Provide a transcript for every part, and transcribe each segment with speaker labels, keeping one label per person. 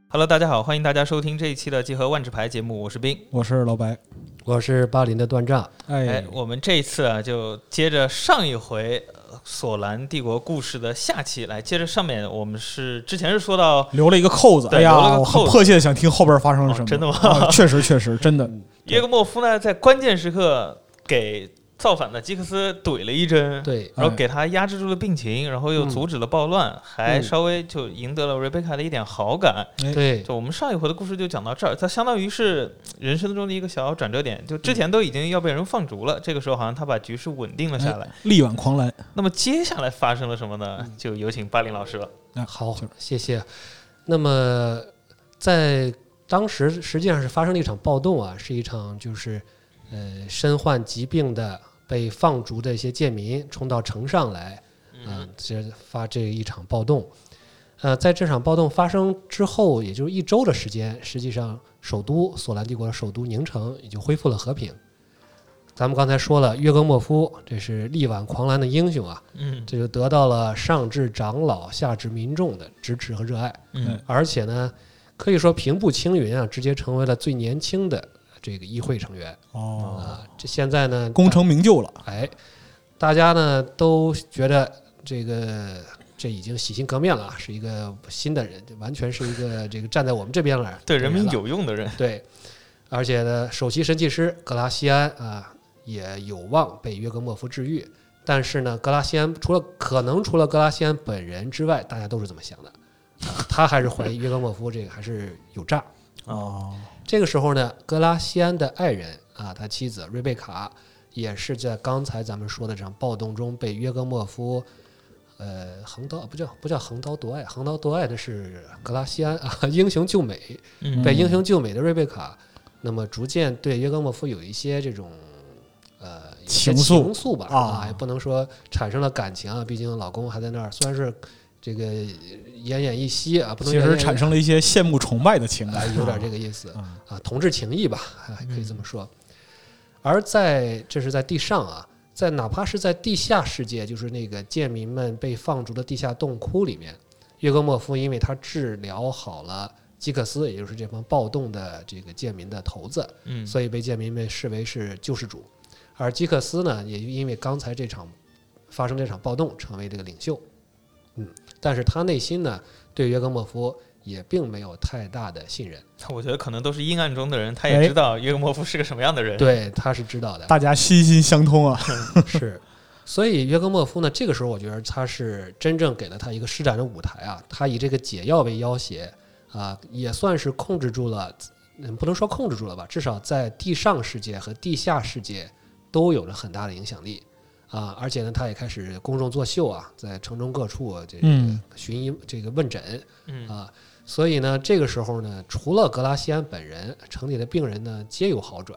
Speaker 1: Hello， 大家好，欢迎大家收听这一期的集合万智牌节目，我是冰，
Speaker 2: 我是老白，
Speaker 3: 我是巴林的断账。
Speaker 1: 我们这一次啊，就接着上一回索兰帝国故事的下期来，接着上面我们之前是说到
Speaker 2: 留了一个扣子，哎呀，我很迫切的想听后边发生了什么。
Speaker 1: 真的吗？
Speaker 2: 确实真的。
Speaker 1: 约格莫夫呢，在关键时刻给造反的基克斯怼了一针，
Speaker 3: 对，
Speaker 1: 然后给他压制住了病情，然后又阻止了暴乱，还稍微就赢得了瑞贝卡的一点好感。
Speaker 3: 对，
Speaker 1: 就我们上一回的故事就讲到这儿，它相当于是人生中的一个小转折点。就之前都已经要被人放逐了，这个时候好像他把局势稳定了下来，
Speaker 2: 力挽狂澜。
Speaker 1: 那么接下来发生了什么呢？就有请巴林老师了。
Speaker 3: 好，谢谢。那么在当时实际上是发生了一场暴动啊，是一场就是身患疾病的被放逐的一些贱民冲到城上来，发这一场暴动。在这场暴动发生之后，也就是1周的时间，实际上索兰帝国的首都宁城也就恢复了和平。咱们刚才说了，约格莫夫这是力挽狂澜的英雄啊，这就得到了上至长老下至民众的支持和热爱，而且呢，可以说平步青云啊，直接成为了最年轻的这个议会成员。这现在呢，
Speaker 2: 功成名就了。
Speaker 3: 大家呢都觉得这已经洗心革面了，是一个新的人，完全是一个这个站在我们这边了，
Speaker 1: 对人民有用的人。
Speaker 3: 对，而且呢，首席神器师格拉西安啊，也有望被约格莫夫治愈。但是呢，格拉西安除了格拉西安本人之外，大家都是这么想的，他还是怀疑约格莫夫这个还是有诈。这个时候呢，格拉西安的爱人啊，他妻子瑞贝卡，也是在刚才咱们说的这场暴动中被约格莫夫不叫横刀夺爱，横刀夺爱的是格拉西安啊，英雄救美，被英雄救美的瑞贝卡，那么逐渐对约格莫夫有一些这种情愫吧，也不能说产生了感情啊，毕竟老公还在那儿，虽然是这个奄奄一息啊，不能
Speaker 2: 其实产生了一些羡慕崇拜的情感，
Speaker 3: 有点这个意思啊，同志情谊吧，可以这么说。而这是在地上啊。哪怕是在地下世界，就是那个贱民们被放逐的地下洞窟里面，约格莫夫因为他治疗好了基克斯，也就是这帮暴动的这个贱民的头子，所以被贱民们视为是救世主。而基克斯呢，也因为刚才发生这场暴动，成为这个领袖。但是他内心呢，对约格莫夫也并没有太大的信任。
Speaker 1: 我觉得可能都是阴暗中的人，他也知道约格莫夫是个什么样的人。
Speaker 3: 对，他是知道的。
Speaker 2: 大家心心相通啊。
Speaker 3: 是，所以约格莫夫呢，这个时候我觉得他是真正给了他一个施展的舞台啊。他以这个解药为要挟啊，也算是控制住了，不能说控制住了吧，至少在地上世界和地下世界都有着很大的影响力啊。而且呢，他也开始公众作秀啊，在城中各处这个巡医这个问诊啊。所以呢，这个时候呢，除了格拉西安本人，城里的病人呢皆有好转。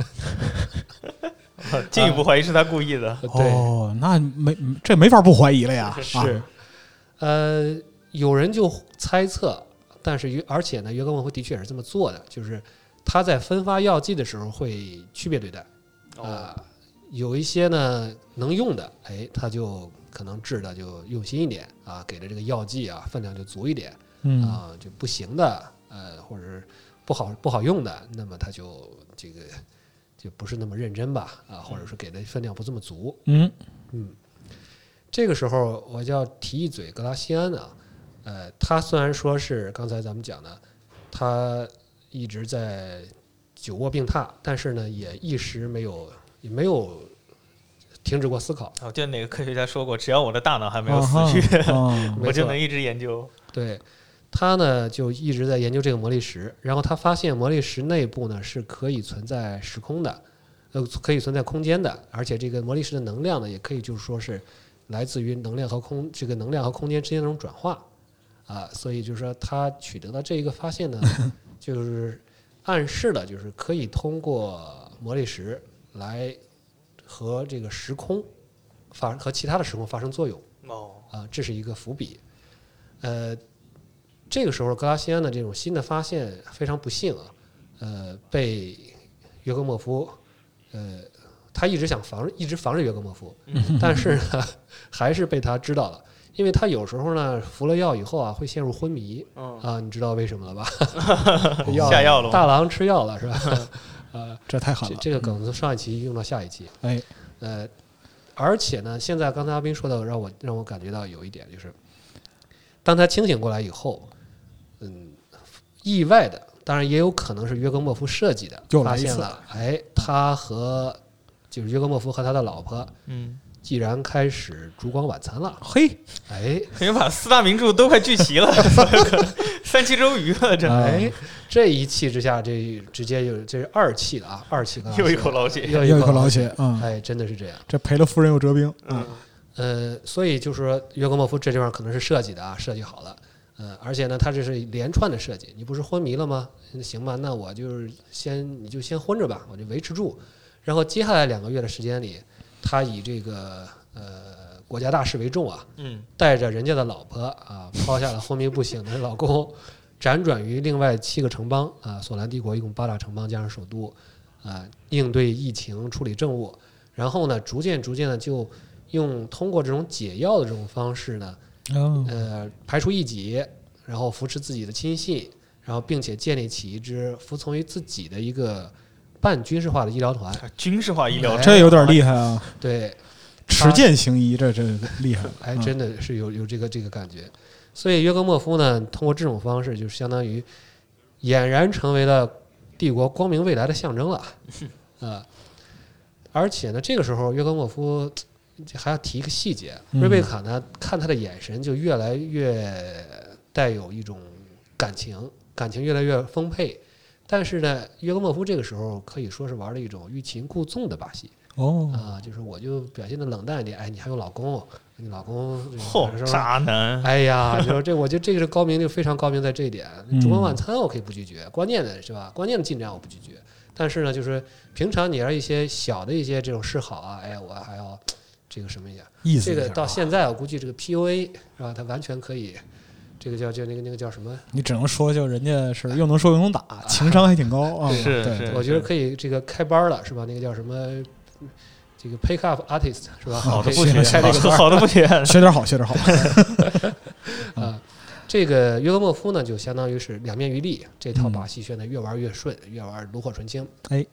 Speaker 1: 进一步怀疑是他故意的。
Speaker 3: 对，
Speaker 2: 那这没法不怀疑了呀。
Speaker 3: 是，有人就猜测，但是而且呢，约格莫夫的确也是这么做的，就是他在分发药剂的时候会区别对待。有一些呢能用的，他就可能治的就用心一点啊，给的这个药剂啊分量就足一点。就不行的，或者是不好用的，那么他就就不是那么认真吧，或者说给的分量不这么足。这个时候我就要提一嘴格拉西安啊，他虽然说是刚才咱们讲的，他一直在久卧病榻，但是呢也一时也没有停止过思考。
Speaker 1: 我记得哪个科学家说过，只要我的大脑还没有死去，我就能一直研究。
Speaker 3: 对。他呢就一直在研究这个魔力石，然后他发现魔力石内部呢是可以存在时空的，可以存在空间的，而且这个魔力石的能量呢也可以就是说是来自于能量和空间之间的这种转化啊，所以就是说他取得了这一个发现呢，就是暗示了就是可以通过魔力石来和这个时空和其他的时空发生作用这是一个伏笔。这个时候格拉西安的这种新的发现非常不幸被约格莫夫他一直防着约格莫夫，但是呢还是被他知道了， 因为他有时候呢服了药以后啊会陷入昏迷，你知道为什么了吧？
Speaker 1: 下药了，
Speaker 3: 大郎吃药了是吧？
Speaker 2: 这太狠了。
Speaker 3: 这个梗从上一期用到下一期。
Speaker 2: 哎，
Speaker 3: 而且呢，现在刚才阿斌说的让我感觉到有一点就是，当他清醒过来以后，意外的，当然也有可能是约格莫夫设计的，发现了，他和就是约格莫夫和他的老婆，既然开始烛光晚餐了，
Speaker 2: 嘿，
Speaker 1: 感觉把四大名著都快聚齐了，三七周瑜了，
Speaker 3: 这一气之下，这直接就这是二气了啊，二气
Speaker 1: 又一口老血，
Speaker 2: 又一口老血，
Speaker 3: 真的是这样，
Speaker 2: 这赔了夫人又折兵，
Speaker 3: 所以就是说约格莫夫这地方可能是设计的啊，设计好了。而且呢，他这是连串的设计。你不是昏迷了吗？行吧，那我就是你就先昏着吧，我就维持住。然后接下来2个月的时间里，他以这个国家大事为重啊，带着人家的老婆啊，抛下了昏迷不醒的老公，辗转于另外7个城邦啊，索兰帝国一共8大城邦加上首都啊，应对疫情、处理政务。然后呢，逐渐的就通过这种解药的这种方式呢。排除异己，然后扶持自己的亲信，然后并且建立起一支服从于自己的一个半军事化的医疗团。
Speaker 1: 军事化医疗团，
Speaker 2: 这有点厉害啊！
Speaker 3: 对，
Speaker 2: 持剑行医，这厉害。
Speaker 3: 真的是有这个感觉。所以约格莫夫呢，通过这种方式，就相当于俨然成为了帝国光明未来的象征了。而且呢，这个时候约格莫夫。还要提一个细节，瑞贝卡呢，看他的眼神就越来越带有一种感情越来越丰沛。但是呢，约格莫夫这个时候可以说是玩了一种欲擒故纵的把戏。就是我就表现的冷淡一点，你还有老公，你老公
Speaker 1: 渣男，
Speaker 3: 就是这，我觉得这个是高明，就非常高明在这一点。烛光晚餐我可以不拒绝，关键的是吧？关键的进展我不拒绝。但是呢，就是平常你要一些小的一些这种示好啊，我还要。这个什么
Speaker 2: 意思？
Speaker 3: 这个到现在我估计这个 PUA 是吧？它完全可以，这个叫那个叫什么？
Speaker 2: 你只能说就人家是又能说又能打，情商还挺高啊。
Speaker 1: 是，
Speaker 3: 我觉得可以这个开班了是吧？那个叫什么？这个 Pick Up Artist 是吧？
Speaker 1: 好的不学，
Speaker 3: 开这个班，
Speaker 1: 好的不学，
Speaker 2: 学点好。
Speaker 3: 这个约格莫夫呢，就相当于是两面于利，这套把戏选的越玩越顺，越玩炉火纯青。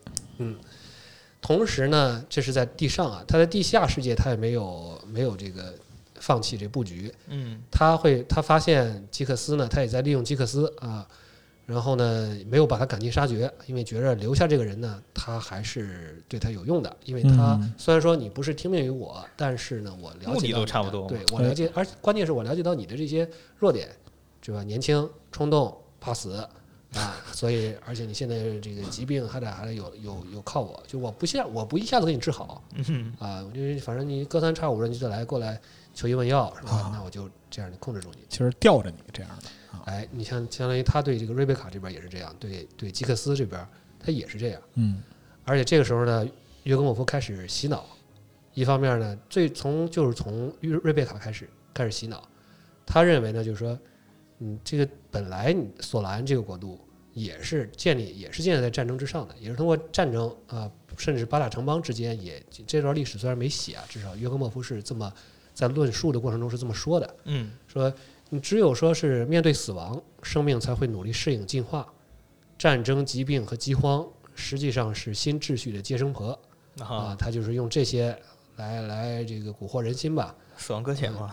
Speaker 3: 同时呢，这是在地上啊，他在地下世界他也没有这个放弃这布局。他发现基克斯呢，他也在利用基克斯啊，然后呢没有把他赶尽杀绝，因为觉着留下这个人呢，他还是对他有用的，因为他虽然说你不是听命于我，但是呢我了解到
Speaker 1: 目的都差不多，
Speaker 3: 对我了解，而关键是我了解到你的这些弱点，是吧？年轻、冲动、怕死。所以而且你现在这个疾病还得有靠我，就我不一下子给你治好，我就反正你隔三差五的你就过来求医问药是吧？那我就这样控制住你，
Speaker 2: 其实吊着你这样的。
Speaker 3: 你相当于他对这个瑞贝卡这边也是这样，对基克斯这边他也是这样，而且这个时候呢，约格莫夫开始洗脑，一方面呢，从瑞贝卡开始洗脑，他认为呢就是说，这个本来索兰这个国度。也是建立在战争之上的，也是通过战争甚至8大城邦之间这段历史虽然没写至少约格莫夫是这么在论述的过程中是这么说的，说你只有说是面对死亡，生命才会努力适应进化，战争、疾病和饥荒实际上是新秩序的接生婆他就是用这些来这个蛊惑人心吧，
Speaker 1: 死亡搁浅嘛，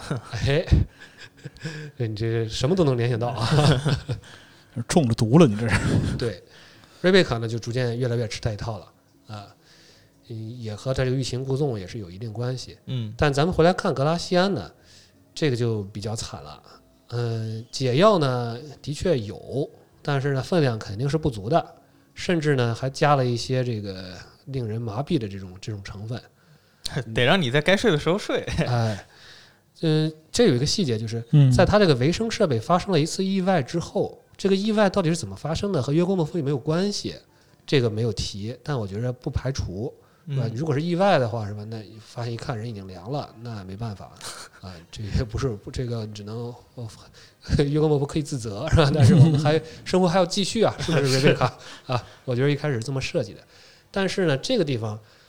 Speaker 3: 你这什么都能联想到啊。
Speaker 2: 中了毒了，你这是。
Speaker 3: 对，瑞贝卡呢就逐渐越来越吃他一套了也和他这个欲擒故纵也是有一定关系。但咱们回来看格拉西安呢，这个就比较惨了。解药呢的确有，但是呢分量肯定是不足的，甚至呢还加了一些这个令人麻痹的这种成分，
Speaker 1: 得让你在该睡的时候睡。
Speaker 3: 这有一个细节，就是在他这个维生设备发生了一次意外之后。这个意外到底是怎么发生的？和约格莫夫有没有关系？这个没有提，但我觉得不排除，是吧？如果是意外的话，是吧？那发现一看人已经凉了，那没办法这也不是这个，只能约格莫夫可以自责，是吧？但是我们生活还要继续啊，是不是瑞贝卡我觉得一开始是这么设计的，但是呢，这个地方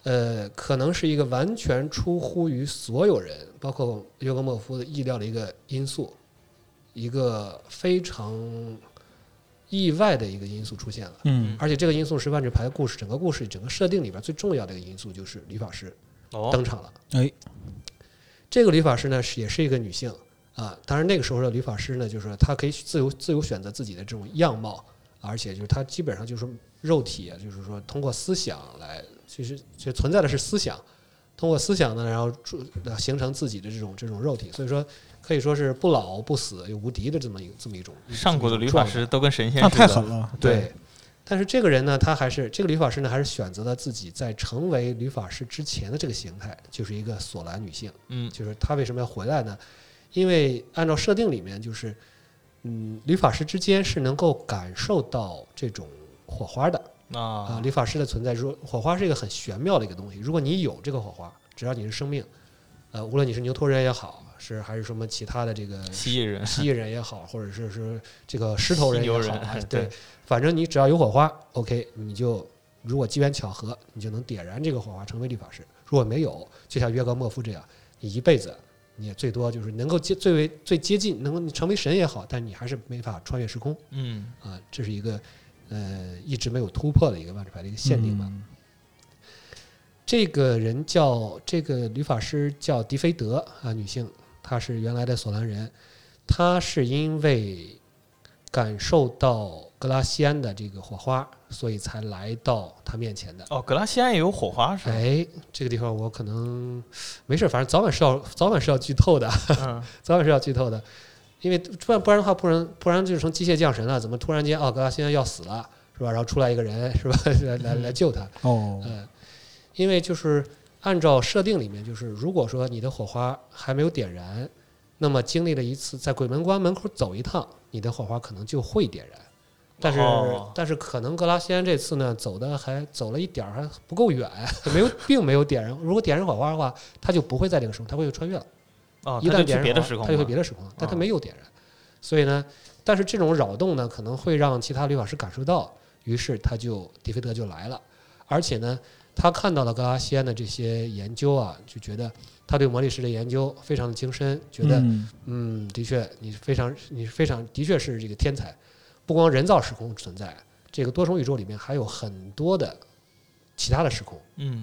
Speaker 3: 可能是一个完全出乎于所有人，包括约格莫夫的意料的一个因素，一个非常意外的一个因素出现了。而且这个因素是万智牌故事整个故事整个设定里边最重要的一个因素，就是理发师登场了。这个理发师呢也是一个女性啊，当然那个时候的理发师呢，就是说她可以自由选择自己的这种样貌，而且就是她基本上就是肉体啊，就是说通过思想来。其实存在的是思想，通过思想呢，然后形成自己的这种肉体，所以说可以说是不老不死又无敌的这么一种。
Speaker 1: 上古的理发师都跟神仙似
Speaker 2: 的，
Speaker 1: 那
Speaker 2: 太狠了。
Speaker 3: 对，但是这个人呢，这个理发师呢，还是选择了自己在成为理发师之前的这个形态，就是一个索兰女性。就是他为什么要回来呢？因为按照设定里面，就是理发师之间是能够感受到这种火花的。理发师的存在，说火花是一个很玄妙的一个东西。如果你有这个火花，只要你是生命，无论你是牛头人也好，还是什么其他的这个
Speaker 1: 蜥蜴人
Speaker 3: 也好，或者是这个狮头人也好，
Speaker 1: 对，
Speaker 3: 反正你只要有火花 ，OK， 你就如果机缘巧合，你就能点燃这个火花，成为理发师。如果没有，就像约格莫夫这样，你一辈子你也最多就是能够最接近，能够成为神也好，但你还是没法穿越时空。这是一个。一直没有突破的一个万智牌的一个限定吧。这个理发师叫迪菲德啊，女性，她是原来的索兰人，她是因为感受到格拉西安的这个火花，所以才来到他面前的。
Speaker 1: 格拉西安也有火花是吧？
Speaker 3: 这个地方我可能没事，反正早晚是要剧透的，早晚是要剧透的。因为不然的话，不然就成机械降神了。怎么突然间格拉西安要死了，是吧？然后出来一个人，是吧？来救他。因为就是按照设定里面，就是如果说你的火花还没有点燃，那么经历了一次在鬼门关门口走一趟，你的火花可能就会点燃。但是可能格拉西安这次呢走了一点还不够远，并没有点燃。如果点燃火花的话，他就不会在这个时候，他会穿越了。一旦点燃，他就会别的时空，但他没有点燃，所以呢，但是这种扰动呢，可能会让其他理发师感受到，于是迪菲德就来了，而且呢，他看到了格拉西安的这些研究啊，就觉得他对魔力石的研究非常的精深，觉得的确你非常的确是这个天才，不光人造时空存在，这个多重宇宙里面还有很多的其他的时空，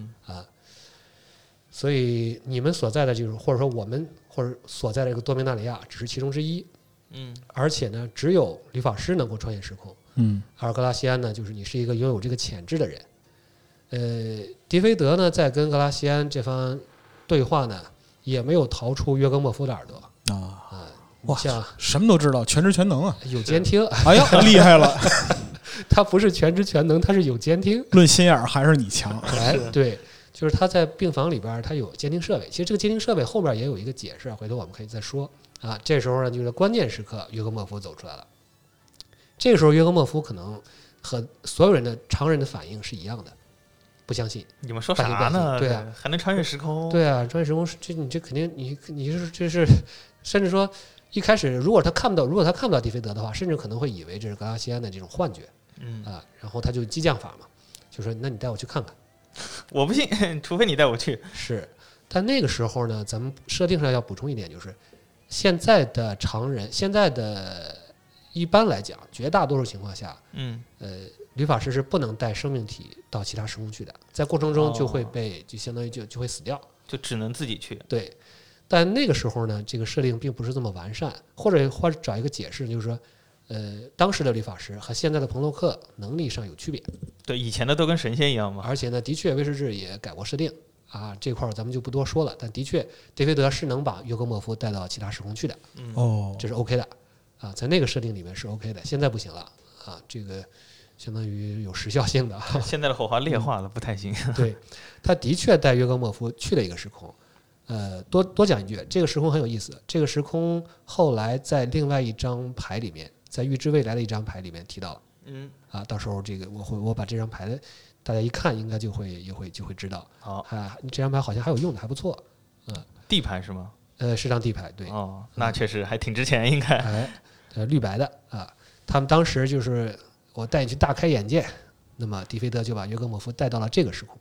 Speaker 3: 所以你们所在的这种，或者说我们或者所在的这个多明纳里亚只是其中之一，而且呢，只有理发师能够穿越时空，而格拉西安呢，就是你是一个拥有这个潜质的人。迪菲德呢，在跟格拉西安这番对话呢，也没有逃出约格莫夫的耳朵
Speaker 2: 哇，什么都知道，全知全能啊，
Speaker 3: 有监听，
Speaker 2: 哎呀，厉害了。
Speaker 3: 他不是全知全能，他是有监听。
Speaker 2: 论心眼还是你强。
Speaker 3: 对。就是他在病房里边，他有监听设备。其实这个监听设备后边也有一个解释，回头我们可以再说啊。这时候呢，就是关键时刻，约格莫夫走出来了。这个时候，约格莫夫可能和所有人的常人的反应是一样的，不相信。
Speaker 1: 你们说啥呢？
Speaker 3: 对啊，
Speaker 1: 还能穿越时空？
Speaker 3: 对啊，穿越时空，你这肯定你是这是，甚至说一开始如果他看不到迪菲德的话，甚至可能会以为这是格拉西安的这种幻觉。然后他就激将法嘛，就说那你带我去看看。
Speaker 1: 我不信，除非你带我去。
Speaker 3: 是，但那个时候呢，咱们设定上要补充一点，就是现在的常人，现在的一般来讲，绝大多数情况下，理发师是不能带生命体到其他时空去的，在过程中就会就相当于就会死掉，
Speaker 1: 就只能自己去。
Speaker 3: 对，但那个时候呢，这个设定并不是这么完善，或者找一个解释，就是说。当时的理发师和现在的彭洛克能力上有区别。
Speaker 1: 对，以前的都跟神仙一样嘛。
Speaker 3: 而且呢，的确威士忌也改过设定啊，这块咱们就不多说了。但的确，迪菲德是能把约格莫夫带到其他时空去的。这是 OK 的啊，在那个设定里面是 OK 的。现在不行了啊，这个相当于有时效性的。
Speaker 1: 现在的火花劣化了，不太行。
Speaker 3: 对，他的确带约格莫夫去了一个时空。多讲一句，这个时空很有意思。这个时空后来在另外一张牌里面。在预知未来的一张牌里面提到了，到时候这个我把这张牌的大家一看，应该就会知道。
Speaker 1: 好
Speaker 3: 这张牌好像还有用的，还不错。
Speaker 1: 地牌是吗？
Speaker 3: 是张地牌，对。
Speaker 1: 那确实还挺值钱，应该。
Speaker 3: 绿白的啊，他们当时就是我带你去大开眼界，那么迪菲德就把约格莫夫带到了这个时空，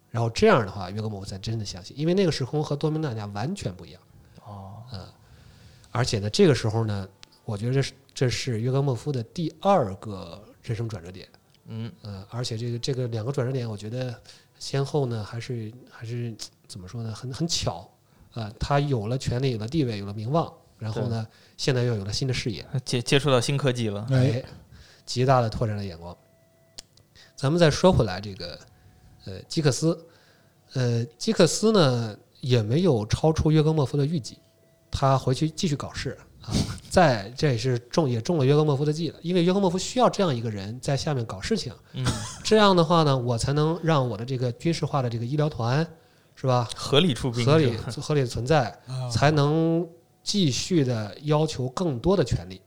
Speaker 3: 然后这样的话，约格莫夫才真的相信，因为那个时空和多明纳加完全不一样。而且呢，这个时候呢，我觉得这是约格莫夫的第2个人生转折点。而且这个2个转折点，我觉得先后呢还是怎么说呢，很巧。他有了权力，有了地位，有了名望，然后呢，现在又有了新的视野，
Speaker 1: 接触到新科技了，
Speaker 3: 极大的拓展了眼光。咱们再说回来，这个基克斯呢也没有超出约格莫夫的预计，他回去继续搞事啊，这也是中了约格莫夫的计了，因为约格莫夫需要这样一个人在下面搞事情，这样的话呢，我才能让我的这个军事化的这个医疗团是吧，
Speaker 1: 合理出兵，
Speaker 3: 合理存在，才能继续的要求更多的权利。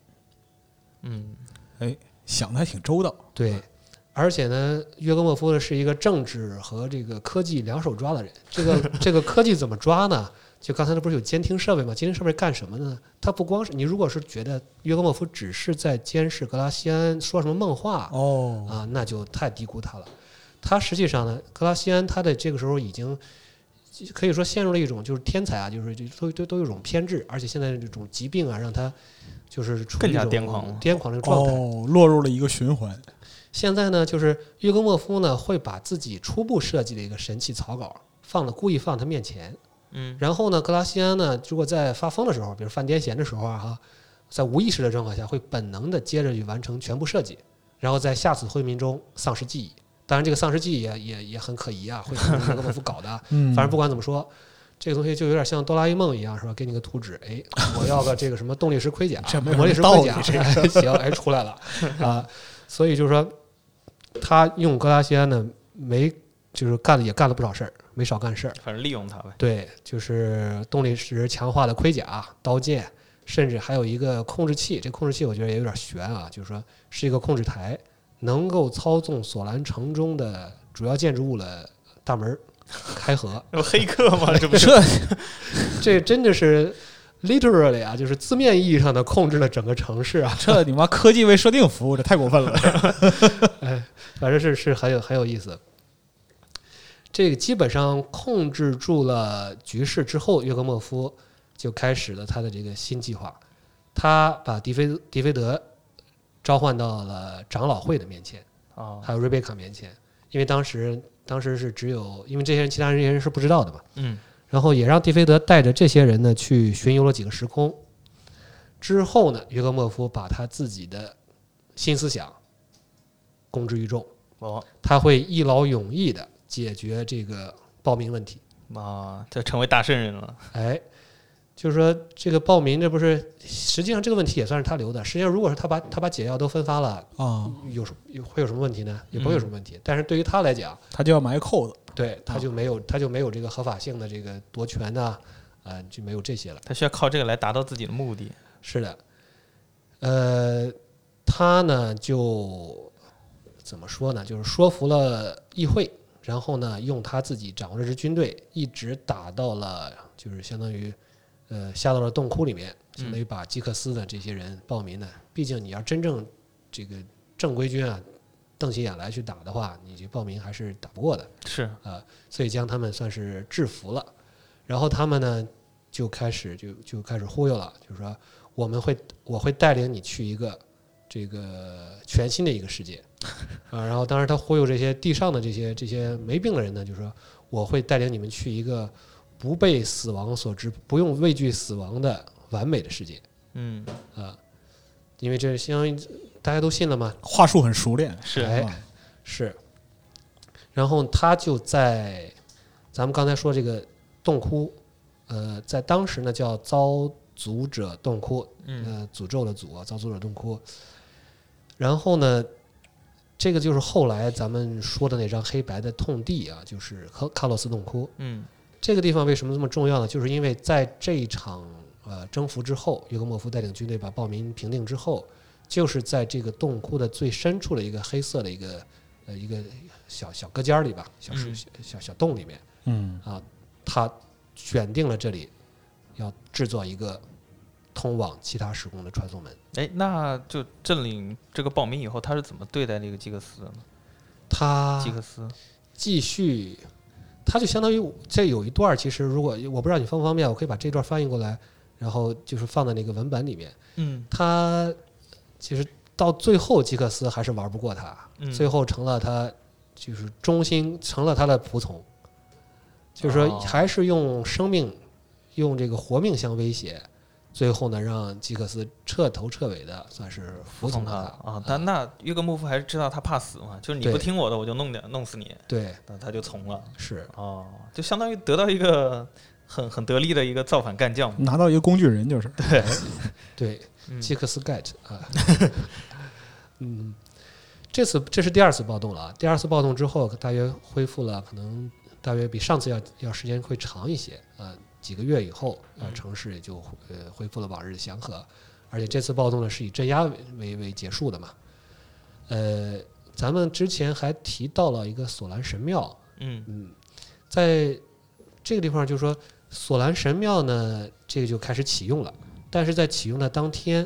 Speaker 2: 想的还挺周到。
Speaker 3: 对，而且呢，约格莫夫是一个政治和这个科技两手抓的人。这个科技怎么抓呢？就刚才不是有监听设备吗？监听设备干什么呢？它不光是你，如果是觉得约格莫夫只是在监视格拉西安说什么梦话那就太低估他了。他实际上呢，格拉西安他的这个时候已经可以说陷入了一种就是天才啊，就是都有一种偏执，而且现在这种疾病啊，让他就是处于
Speaker 1: 更加癫狂
Speaker 3: 的状态，
Speaker 2: 落入了一个循环。
Speaker 3: 现在呢，就是约格莫夫呢会把自己初步设计的一个神器草稿故意放他面前，然后呢，格拉西安呢，如果在发疯的时候，比如犯癫痫的时候在无意识的状况下，会本能的接着去完成全部设计，然后在下次昏迷中丧失记忆。当然，这个丧失记忆也很可疑啊，会是约格莫夫搞的。反正不管怎么说，这个东西就有点像哆啦 A 梦一样，是吧？给你个图纸，我要个这个什么动力石盔甲、魔力石盔甲，行，出来了啊。所以就是说，他用格拉西安呢，就是干了不少事儿，没少干事儿。
Speaker 1: 反正利用他呗。
Speaker 3: 对，就是动力石强化的盔甲、刀剑，甚至还有一个控制器。这控制器我觉得也有点悬啊，就是说是一个控制台，能够操纵索兰城中的主要建筑物的大门开合。
Speaker 1: 有黑客吗？这不是？
Speaker 3: 这真的是 literally 啊，就是字面意义上的控制了整个城市啊！
Speaker 2: 这你妈科技为设定服务，这太过分了。
Speaker 3: 反正是很有意思。这个基本上控制住了局势之后，约格莫夫就开始了他的这个新计划。他把迪菲德召唤到了长老会的面前，还有瑞贝卡面前，因为当时是只有，因为这些人其他人是不知道的嘛，然后也让迪菲德带着这些人呢去巡游了几个时空。之后呢，约格莫夫把他自己的新思想公之于众，他会一劳永逸的解决这个暴民问题
Speaker 1: 就成为大圣人了。
Speaker 3: 就是说这个暴民，这不是实际上这个问题也算是他留的。实际上，如果是他把解药都分发了会有什么问题呢？也不会有什么问题。但是对于他来讲，
Speaker 2: 他就要埋扣子，
Speaker 3: 对，他就没有这个合法性的这个夺权呐，就没有这些了。
Speaker 1: 他需要靠这个来达到自己的目的。
Speaker 3: 是的，他呢就怎么说呢？就是说服了议会，然后呢用他自己掌握这支军队，一直打到了就是相当于下到了洞窟里面，相当于把基克斯的这些人暴民呢，毕竟你要真正这个正规军啊瞪起眼来去打的话，你这暴民还是打不过的。
Speaker 1: 是
Speaker 3: 所以将他们算是制服了，然后他们呢就开始忽悠了，就是说我会带领你去一个这个全新的一个世界然后当然他忽悠这些地上的这些没病的人呢，就是说我会带领你们去一个不被死亡所知、不用畏惧死亡的完美的世界。因为这相当于大家都信了嘛，
Speaker 2: 话术很熟练。
Speaker 3: 是。然后他就在咱们刚才说这个洞窟，在当时呢叫遭诅者洞窟，诅咒的诅啊，遭诅者洞窟。然后呢，这个就是后来咱们说的那张黑白的痛地啊，就是喀洛斯洞窟。这个地方为什么这么重要呢？就是因为在这一场征服之后，约格莫夫带领军队把暴民平定之后，就是在这个洞窟的最深处的一个黑色的一个小隔间里吧，小洞里面，他选定了这里要制作一个通往其他时空的传送门。
Speaker 1: 那就占领这个暴民以后，他是怎么对待这个基克斯的呢？
Speaker 3: 他
Speaker 1: 基克斯
Speaker 3: 继续它就相当于这有一段，其实如果我不知道你方不方便，我可以把这段翻译过来，然后就是放在那个文本里面。他其实到最后吉克斯还是玩不过他，最后成了他就是忠心，成了他的仆从，就是说还是用生命，用这个活命相威胁。最后呢，让吉克斯彻头彻尾的算是服从他
Speaker 1: 啊。但那约格莫夫还是知道他怕死嘛，就是你不听我的，我就弄死你。
Speaker 3: 对，
Speaker 1: 那他就从了。
Speaker 3: 是
Speaker 1: 就相当于得到一个很得力的一个造反干将，
Speaker 2: 拿到一个工具人，就是
Speaker 3: 对吉克斯盖特啊。这是第二次暴动了啊。第二次暴动之后，大约恢复了，可能大约比上次要时间会长一些啊。几个月以后，城市也就恢复了往日的祥和，而且这次暴动呢是以镇压为结束的嘛。咱们之前还提到了一个索兰神庙，在这个地方就是说索兰神庙呢，这个就开始启用了，但是在启用的当天，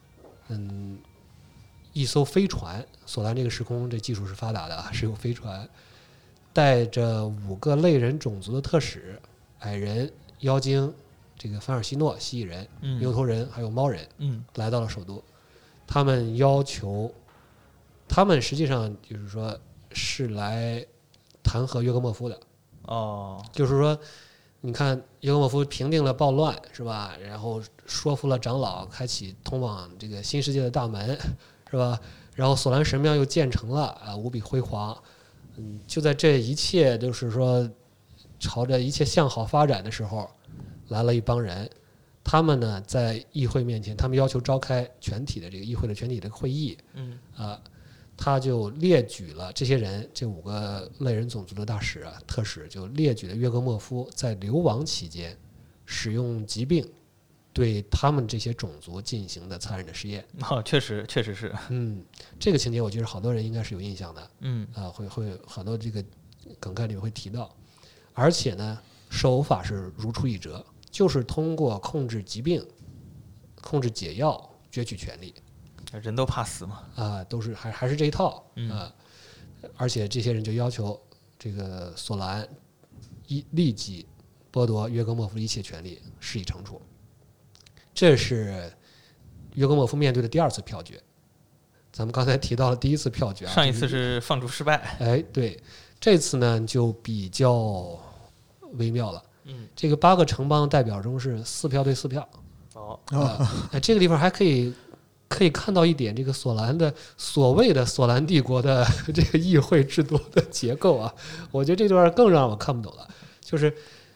Speaker 3: 一艘飞船，索兰这个时空这技术是发达的啊，是有飞船，带着5个类人种族的特使，矮人、妖精、这个凡尔西诺蜥蜴人、牛头人还有猫人，来到了首都。他们要求，他们实际上就是说是来弹劾约格莫夫的。就是说，你看约格莫夫平定了暴乱是吧？然后说服了长老，开启通往这个新世界的大门是吧？然后索兰神庙又建成了啊，无比辉煌。就在这一切就是说朝着一切向好发展的时候，来了一帮人，他们呢在议会面前，他们要求召开全体的这个议会的全体的会议，他就列举了这些人，这5个类人种族的大使啊、特使，就列举了约格莫夫在流亡期间使用疾病对他们这些种族进行的残忍的实验。
Speaker 1: 确实是。
Speaker 3: 这个情节我觉得好多人应该是有印象的。会很多这个梗概里面会提到。而且呢，手法是如出一辙，就是通过控制疾病、控制解药攫取权力。
Speaker 1: 人都怕死嘛。
Speaker 3: 都是还是这一套而且这些人就要求这个索兰立即剥夺约格莫夫一切权利，施以惩处。这是约格莫夫面对的第2次票决。咱们刚才提到了第1次票决
Speaker 1: 上一次是放逐失败。
Speaker 3: 对，这次呢就比较微妙了。这个8个城邦代表中是4票对4票。这个地方还可以看到一点这个所谓的索兰帝国的这个议会制度的结构啊，我觉得这段更让我看不懂了。就是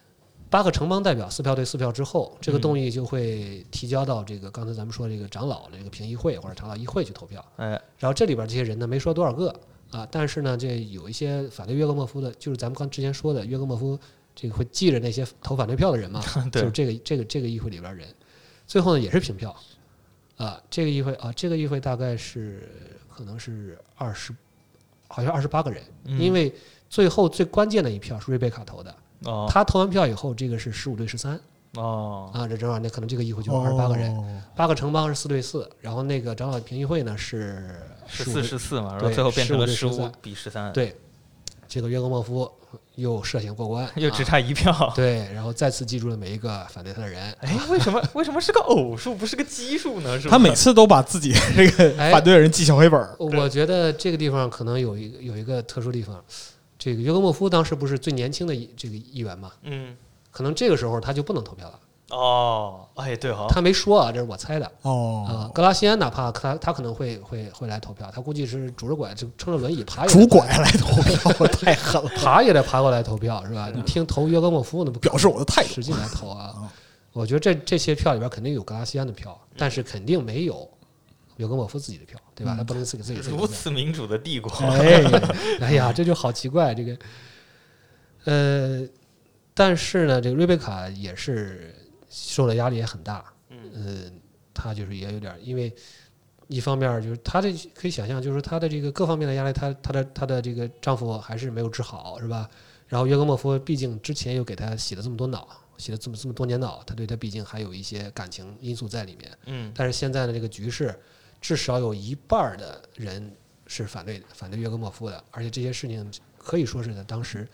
Speaker 3: 8个城邦代表4票对4票之后，这个动议就会提交到这个刚才咱们说这个长老的这个评议会或者长老议会去投票。然后这里边这些人呢没说多少个但是呢这有一些反对约格莫夫的，就是咱们刚之前说的约格莫夫这个会记着那些投反对票的人嘛，就是这个议会里边人，最后呢也是平票。这个议会大概是可能是好像28个人，因为最后最关键的一票是瑞贝卡投的，他投完票以后，这个是15对13。这正好那可能这个议会就28个人，8个城邦是4对4，然后那个长老评议会呢是
Speaker 1: 14嘛，然后最后变成了15比13。
Speaker 3: 对，这个约格莫夫又涉险过关，
Speaker 1: 又只差1票。
Speaker 3: 对，然后再次记住了每一个反对他的人。
Speaker 1: 为什么是个偶数不是个奇数呢？是吧？
Speaker 2: 他每次都把自己这个反对的人记小黑本。
Speaker 3: 我觉得这个地方可能有一个特殊地方，这个约格莫夫当时不是最年轻的这个议员嘛？可能这个时候他就不能投票了。
Speaker 1: 对
Speaker 3: 他没说这是我猜的。格拉西安哪怕他可能会来投票，他估计是拄着拐就撑着轮椅爬
Speaker 2: 拄拐来投票，太狠了，
Speaker 3: 爬也得爬过来投票是吧？你听投约格莫夫那不
Speaker 2: 表示我的态度，
Speaker 3: 使劲来投我觉得这些票里边肯定有格拉西安的票，但是肯定没有约格莫夫自己的票，对吧？他不能自己
Speaker 1: 如此民主的帝国。
Speaker 3: 哎呀，这就好奇怪这个。但是呢，这个瑞贝卡也是受的压力也很大。他就是也有点，因为一方面就是他这可以想象，就是他的这个各方面的压力，他的这个丈夫还是没有治好，是吧？然后约格莫夫毕竟之前又给他洗了这么多脑，洗了这么多年脑，他对他毕竟还有一些感情因素在里面。但是现在的这个局势，至少有1半的人是反对约格莫夫的，而且这些事情可以说是在当时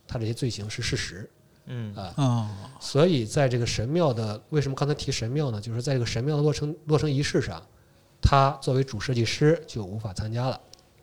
Speaker 3: 他这些罪行是事实。
Speaker 2: 所
Speaker 3: 以在这个神庙的，为什么刚才提神庙呢？就是在这个神庙的落成仪式上，他作为主设计师就无法参加了。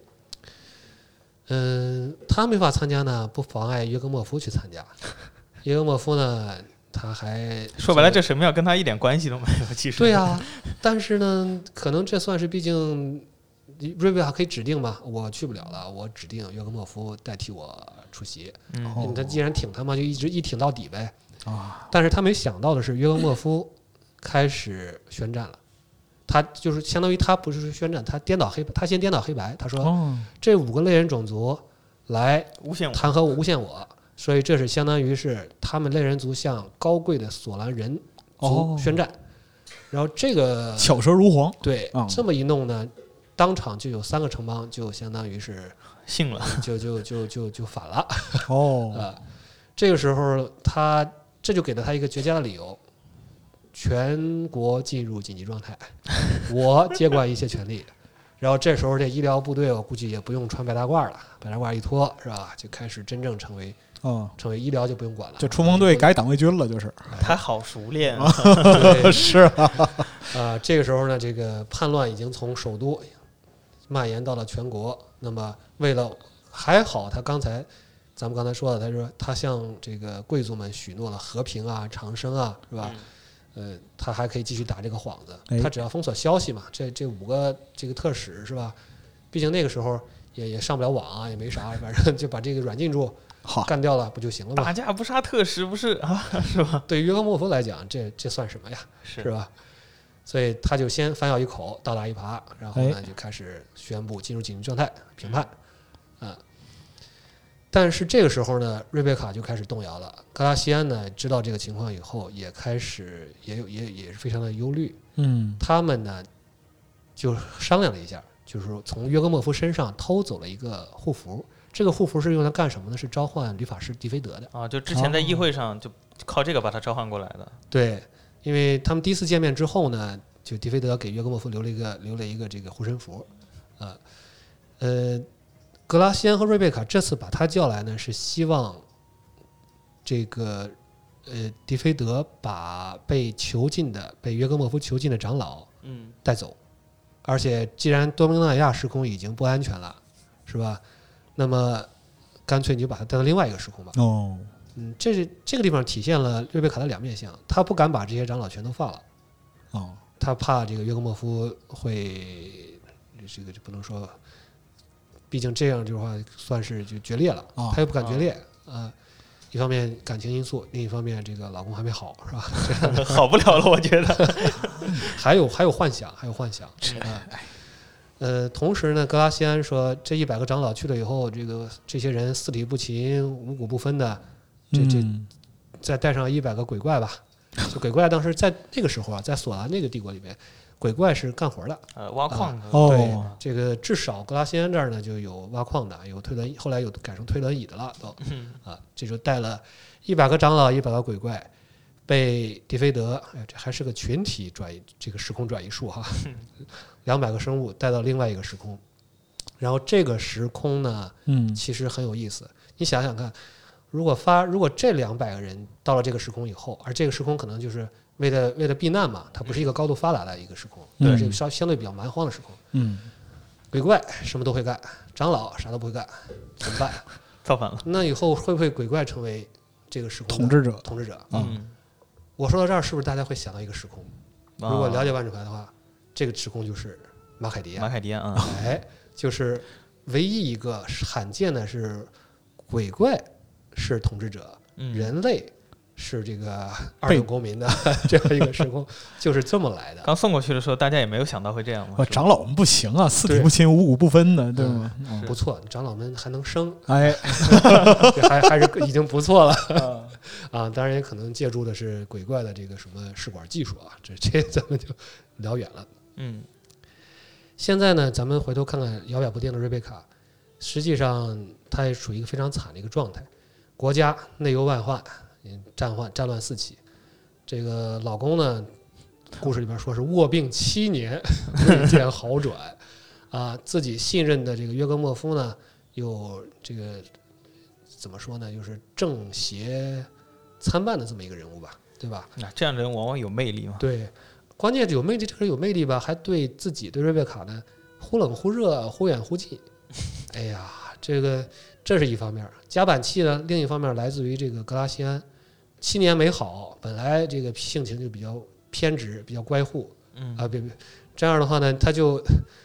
Speaker 3: 他没法参加呢，不妨碍约格莫夫去参加。约格莫夫呢，他还
Speaker 1: 说白了，这神庙跟他一点关系都没有。其实
Speaker 3: 对啊，但是呢，可能这算是，毕竟瑞贝卡可以指定嘛，我去不了了，我指定约格莫夫代替我出席。他既然挺他嘛，就一挺到底呗。但是他没想到的是，约格莫夫开始宣战了。他就是相当于他不是宣战，他先颠倒黑白。他说，这5个类人种族来弹劾我、诬陷我，所以这是相当于是他们类人族向高贵的索兰人族宣战。然后这个
Speaker 2: 巧舌如簧，
Speaker 3: 对，这么一弄呢，当场就有3个城邦就相当于是
Speaker 1: 信了，
Speaker 3: 就反了。这个时候这就给了他一个绝佳的理由，全国进入紧急状态，我接管一切权利。然后这时候这医疗部队我估计也不用穿白大褂了，白大褂一脱是吧，就开始真正成为医疗就不用管了，
Speaker 2: 就冲锋队改党卫军了，就是
Speaker 1: 他好熟练
Speaker 2: 是啊。
Speaker 3: 这个时候呢，这个叛乱已经从首都蔓延到了全国。那么为了还好，咱们刚才说的，他说他向这个贵族们许诺了和平啊、长生啊，是吧？他还可以继续打这个幌子。他只要封锁消息嘛，这5个这个特使是吧？毕竟那个时候也上不了网啊，也没啥，反正就把这个软禁住，干掉了不就行了吗？
Speaker 1: 打架不杀特使不是啊，是吧？
Speaker 3: 对于约格莫夫来讲，这算什么呀？是吧？所以他就先反咬一口，倒打一耙，然后呢就开始宣布进入紧急状态，评判。但是这个时候呢，瑞贝卡就开始动摇了。格拉西安呢知道这个情况以后，也开始也是非常的忧虑。他们呢就商量了一下，就是说从约格莫夫身上偷走了一个护符。这个护符是用来干什么呢？是召唤律法师迪菲德的。
Speaker 1: 就之前在议会上就靠这个把他召唤过来的。
Speaker 3: 对，因为他们第一次见面之后呢，就迪菲德给约格莫夫留了一个这个护身符。格拉西安和瑞贝卡这次把他叫来呢，是希望这个迪菲德把被约格莫夫囚禁的长老带走。而且既然多明纳亚时空已经不安全了，是吧？那么干脆你就把他带到另外一个时空吧。这个地方体现了瑞贝卡的2面相，他不敢把这些长老全都放了。他怕这个约格莫夫会这个就不能说。毕竟这样的话算是就决裂了，他又不敢决裂一方面感情因素，另一方面这个老公还没好，是吧？
Speaker 1: 好不了了，我觉得。
Speaker 3: 还有幻想，同时呢，格拉西安说，这100个长老去了以后，这些人四体不勤，五谷不分的，再带上100个鬼怪吧。就鬼怪当时在那个时候在索兰那个帝国里面。鬼怪是干活的，
Speaker 1: 挖矿的。
Speaker 3: 对，这个至少格拉西安这儿呢就有挖矿的，有推轮，后来有改成推轮椅的了都。这就带了100个长老，100个鬼怪，被迪菲德，这还是个群体转移，这个时空转移术哈，200个生物带到另外一个时空，然后这个时空呢，其实很有意思。你想想看，如果这200个人到了这个时空以后，而这个时空可能就是为了避难嘛，它不是一个高度发达的一个时空，是一个相对比较蛮荒的时空。鬼怪什么都会干，长老啥都不会干，怎么办？
Speaker 1: 造反了。
Speaker 3: 那以后会不会鬼怪成为这个时空
Speaker 2: 统治者？
Speaker 3: 我说到这儿，是不是大家会想到一个时空？如果了解万智牌的话，这个时空就是马凯迪安。就是唯一一个罕见的是鬼怪是统治者，人类是这个2等公民的这样一个时空，就是这么来的。
Speaker 1: 刚送过去的时候，大家也没有想到会这样嘛。
Speaker 2: 长老们不行啊，四体不勤，五谷不分的，对吗？
Speaker 3: 不错，长老们还能生，
Speaker 2: 还
Speaker 3: 是已经不错了当然也可能借助的是鬼怪的这个什么试管技术啊，这咱们就聊远了。现在呢，咱们回头看看摇摆不定的瑞贝卡，实际上她也处于一个非常惨的一个状态，国家内忧外患。战乱四起，这个老公呢，故事里边说是卧病7年未见好转自己信任的这个约格莫夫呢，又这个怎么说呢，就是正邪参半的这么一个人物吧，对吧？
Speaker 1: 那这样的人往往有魅力嘛。
Speaker 3: 对，关键有魅力，这个人有魅力吧，还对自己对瑞贝卡呢忽冷忽热，忽远忽近。哎呀，这是一方面，夹板气呢，另一方面来自于这个格拉西安7年没好，本来这个性情就比较偏执，比较乖护，别，这样的话呢，他就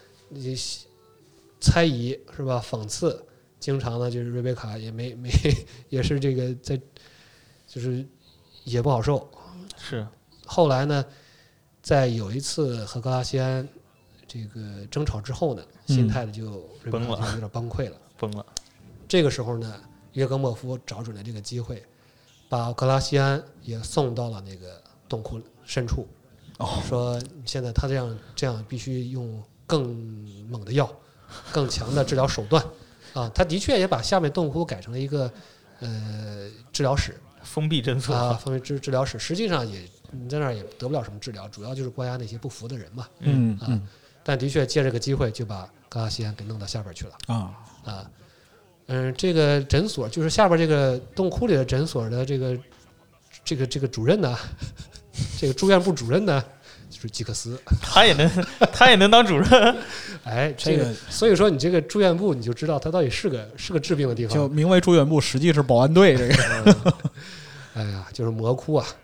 Speaker 3: 猜疑是吧，讽刺，经常呢就是瑞贝卡也没也是这个在就是也不好受。
Speaker 1: 是，
Speaker 3: 后来呢，在有一次和格拉西安这个争吵之后呢，心态就
Speaker 1: 崩了，
Speaker 3: 有点崩溃了，
Speaker 1: 崩了。这
Speaker 3: 个时候呢，约格莫夫找准了这个机会，把格拉西安也送到了那个洞窟深处，说现在他这样必须用更猛的药，更强的治疗手段啊。他的确也把下面洞窟改成了一个治疗室，
Speaker 1: 封闭诊所
Speaker 3: 啊，封闭治疗室。实际上你在那儿也得不了什么治疗，主要就是关押那些不服的人嘛。但的确借这个机会就把格拉西安给弄到下边去了这个诊所就是下边这个洞窟里的诊所的这个主任呢，这个住院部主任呢，就是吉克斯，
Speaker 1: 他也能当主任。
Speaker 3: 哎，这个所以说你这个住院部你就知道它到底是个治病的地方，
Speaker 2: 就名为住院部，实际是保安队。这个，
Speaker 3: 哎呀，就是魔窟啊。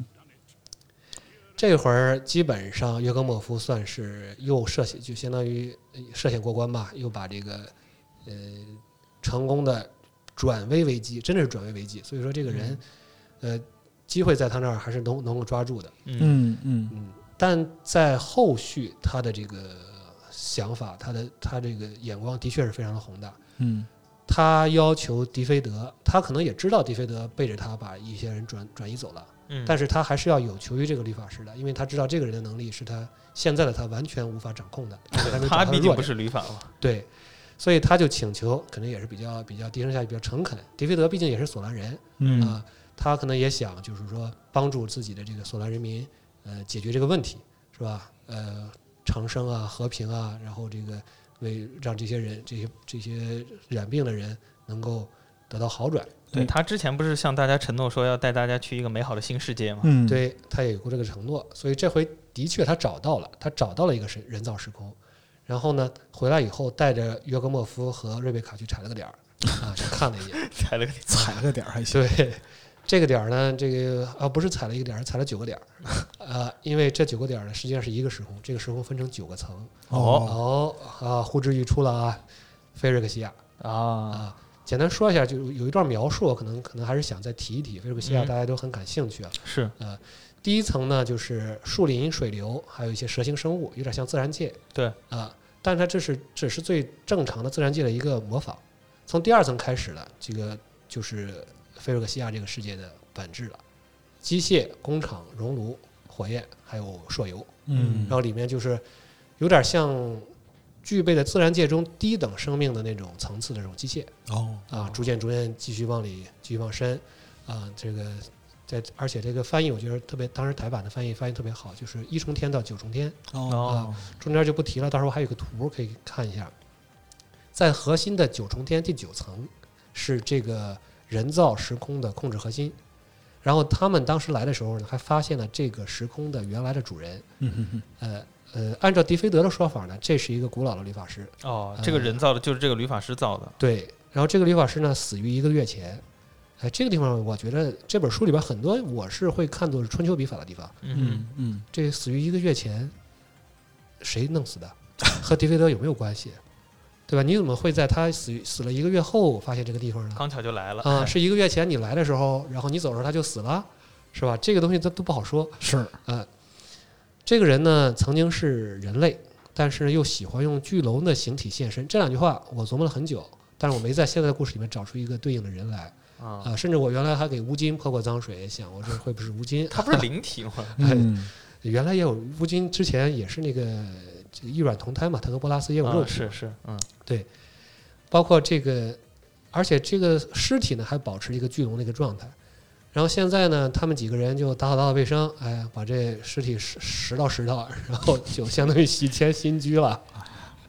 Speaker 3: 这会儿基本上约格莫夫算是又就相当于涉险过关吧，又把这个成功的转危为机，真的是转危为机。所以说这个人机会在他那儿还是能够抓住的。但在后续他的这个想法，他这个眼光的确是非常的宏大。他要求迪菲德，他可能也知道迪菲德背着他把一些人转移走了。但是他还是要有求于这个律法师的，因为他知道这个人的能力是他现在的他完全无法掌控的。
Speaker 1: 他毕竟不是律法嘛。
Speaker 3: 对，所以他就请求，可能也是比较低声下气、比较诚恳。迪菲德毕竟也是索兰人，他可能也想就是说帮助自己的这个索兰人民，解决这个问题，是吧？长生啊，和平啊，然后这个让这些人这些染病的人能够得到好转。
Speaker 1: 对，他之前不是向大家承诺说要带大家去一个美好的新世界吗？
Speaker 3: 对，他也有过这个承诺，所以这回的确他找到了一个人造时空，然后呢回来以后带着约格莫夫和瑞贝卡去踩了个点儿去看了一眼，
Speaker 2: 踩了个点儿还行。
Speaker 3: 对，这个点儿呢，这个不是踩了一个点儿，踩了9个点儿因为这9个点儿呢实际上是一个时空，这个时空分成9个层。呼之欲出了啊，菲瑞克西亚简单说一下，就有一段描述，我可能还是想再提一提。菲瑞克西亚大家都很感兴趣啊。
Speaker 1: 是
Speaker 3: 第一层呢，就是树林、水流，还有一些蛇形生物，有点像自然界。
Speaker 1: 对
Speaker 3: 但它只是最正常的自然界的一个模仿。从第2层开始了，这个就是菲瑞克西亚这个世界的本质了：机械、工厂、熔炉、火焰，还有朔游。然后里面就是有点像具备了自然界中低等生命的那种层次的这种机械逐渐继续往深这个而且这个翻译我觉得特别，当时台版的翻译特别好，就是1重天到9重天中间就不提了，到时候还有个图可以看一下。在核心的9重天第9层是这个人造时空的控制核心，然后他们当时来的时候呢，还发现了这个时空的原来的主人。按照迪菲德的说法呢，这是一个古老的律法师。
Speaker 1: 这个人造的就是这个律法师造的。
Speaker 3: 对，然后这个律法师呢死于1个月前。这个地方我觉得这本书里边很多我是会看作是春秋笔法的地方。这死于1个月前，谁弄死的？和迪菲德有没有关系？对吧？你怎么会在他死了1个月后发现这个地方呢？
Speaker 1: 刚巧就来了
Speaker 3: 是1个月前你来的时候，然后你走的时候他就死了，是吧？这个东西都不好说。
Speaker 2: 是
Speaker 3: 这个人呢曾经是人类，但是又喜欢用巨龙的形体现身。这2句话我琢磨了很久，但是我没在现在的故事里面找出一个对应的人来甚至我原来还给乌金泼过脏水，想我这会不会是乌金？
Speaker 1: 他不是灵体吗？
Speaker 3: 原来也有乌金，之前也是那个异卵同胎嘛，他和波拉斯也有肉体。对，包括这个，而且这个尸体呢还保持一个巨龙的一个状态。然后现在呢，他们几个人就打扫卫生，把这尸体拾到，然后就相当于洗迁新居了。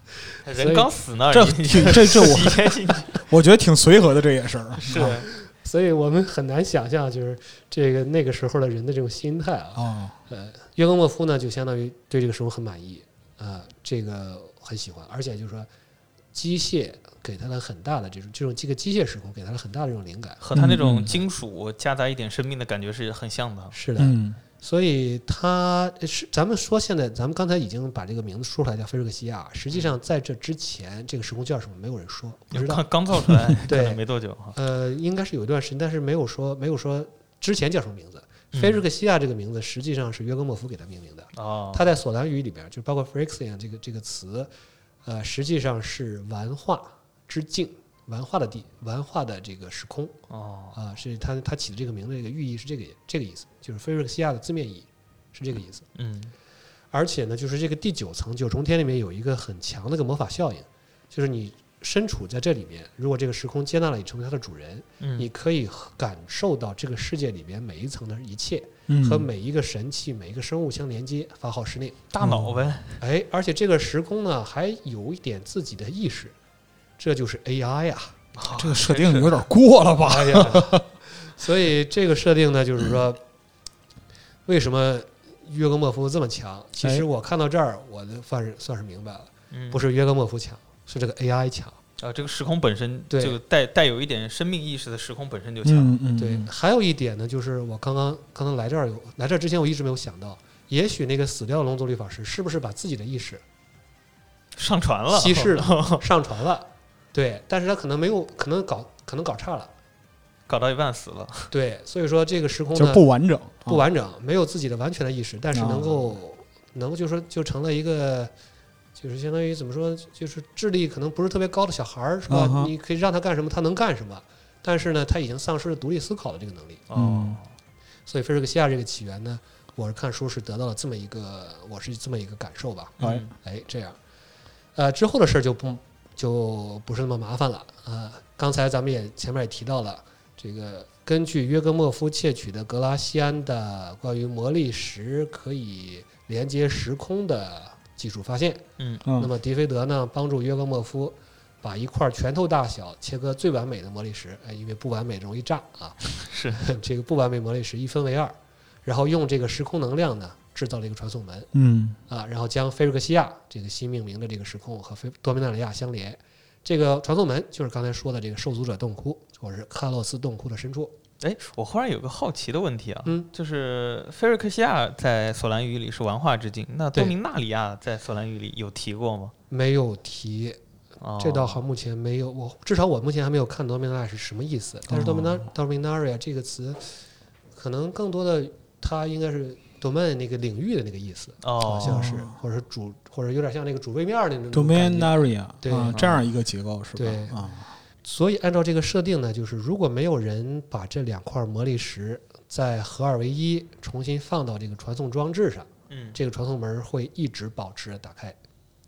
Speaker 1: 人刚死那儿，
Speaker 2: 这我觉得挺随和的，这也是。
Speaker 1: 是，
Speaker 3: 所以我们很难想象，就是那个时候的人的这种心态啊。约格莫夫呢，就相当于对这个时候很满意这个很喜欢，而且就是说，机械给他了很大的这个机械时空给他了很大的这种灵感，
Speaker 1: 和他那种金属夹杂一点生命的感觉是很像的。
Speaker 3: 是的。所以他是咱们刚才已经把这个名字说出来叫菲瑞克西亚，实际上在这之前这个时空叫什么没有人说，不知道
Speaker 1: 刚造出来
Speaker 3: 对
Speaker 1: 没多久
Speaker 3: 应该是有一段时间，但是没有说之前叫什么名字。菲瑞克西亚这个名字实际上是约格莫夫给他命名的他在索兰语里边就包括 Phyrexian 这个词实际上是玩化之境，玩化的地，玩化的这个时空是他起的这个名字，这个寓意是这个意思，就是菲瑞克西亚的字面意义是这个意思。而且呢，就是这个第9层九重天里面有一个很强的一个魔法效应，就是你身处在这里面，如果这个时空接纳了你成为它的主人，你可以感受到这个世界里面每一层的一切，和每一个神器、每一个生物相连接，发号施令，
Speaker 1: 大脑呗。
Speaker 3: 而且这个时空呢还有一点自己的意识，这就是 AI 呀。
Speaker 2: 这个设定有点过了吧？
Speaker 3: 所以这个设定呢，就是说，为什么约格莫夫这么强？其实我看到这儿，我算是明白了，不是约格莫夫强，是这个 AI 强
Speaker 1: 这个时空本身就带有一点生命意识的时空本身就强。
Speaker 3: 对，还有一点呢，就是我刚刚来这儿之前，我一直没有想到，也许那个死掉的龙族律法师是不是把自己的意识
Speaker 1: 上传了，
Speaker 3: 稀释了，上传了。对，但是他可能没有，可能搞差了，
Speaker 1: 搞到一半死了。
Speaker 3: 对，所以说这个时空呢
Speaker 2: 就不完整，
Speaker 3: 没有自己的完全的意识，但是能够就说就成了一个，就是相当于怎么说，就是智力可能不是特别高的小孩儿，是吧？你可以让他干什么，他能干什么，但是呢，他已经丧失了独立思考的这个能力。所以菲瑞克西亚这个起源呢，我是看书是得到了这么一个感受吧。这样，之后的事儿就不是那么麻烦了刚才咱们前面也提到了，这个根据约格莫夫窃取的格拉西安的关于魔力石可以连接时空的技术发现，那么迪菲德呢帮助约格莫夫把一块拳头大小切割最完美的魔力石，因为不完美容易炸
Speaker 1: 是
Speaker 3: 这个不完美魔力石一分为2，然后用这个时空能量呢制造了一个传送门，然后将菲瑞克西亚这个新命名的这个时空和多米纳里亚相连。这个传送门就是刚才说的这个受阻者洞窟，或者是喀洛斯洞窟的深处。
Speaker 1: 我忽然有个好奇的问题就是菲瑞克西亚在索兰语里是玩化之境，那多米纳里亚在索兰语里有提过吗？
Speaker 3: 没有提，这倒好，目前没有，至少我目前还没有看多米纳里亚是什么意思。但是多米纳里亚这个词，可能更多的它应该是domain那个领域的那个意思，好像是，或者是或者有点像那个主位面的那种
Speaker 2: dominaria，
Speaker 3: 对
Speaker 2: 这样一个结构是吧？
Speaker 3: 对所以按照这个设定呢，就是如果没有人把这2块魔力石再合2为1，重新放到这个传送装置上，这个传送门会一直保持打开。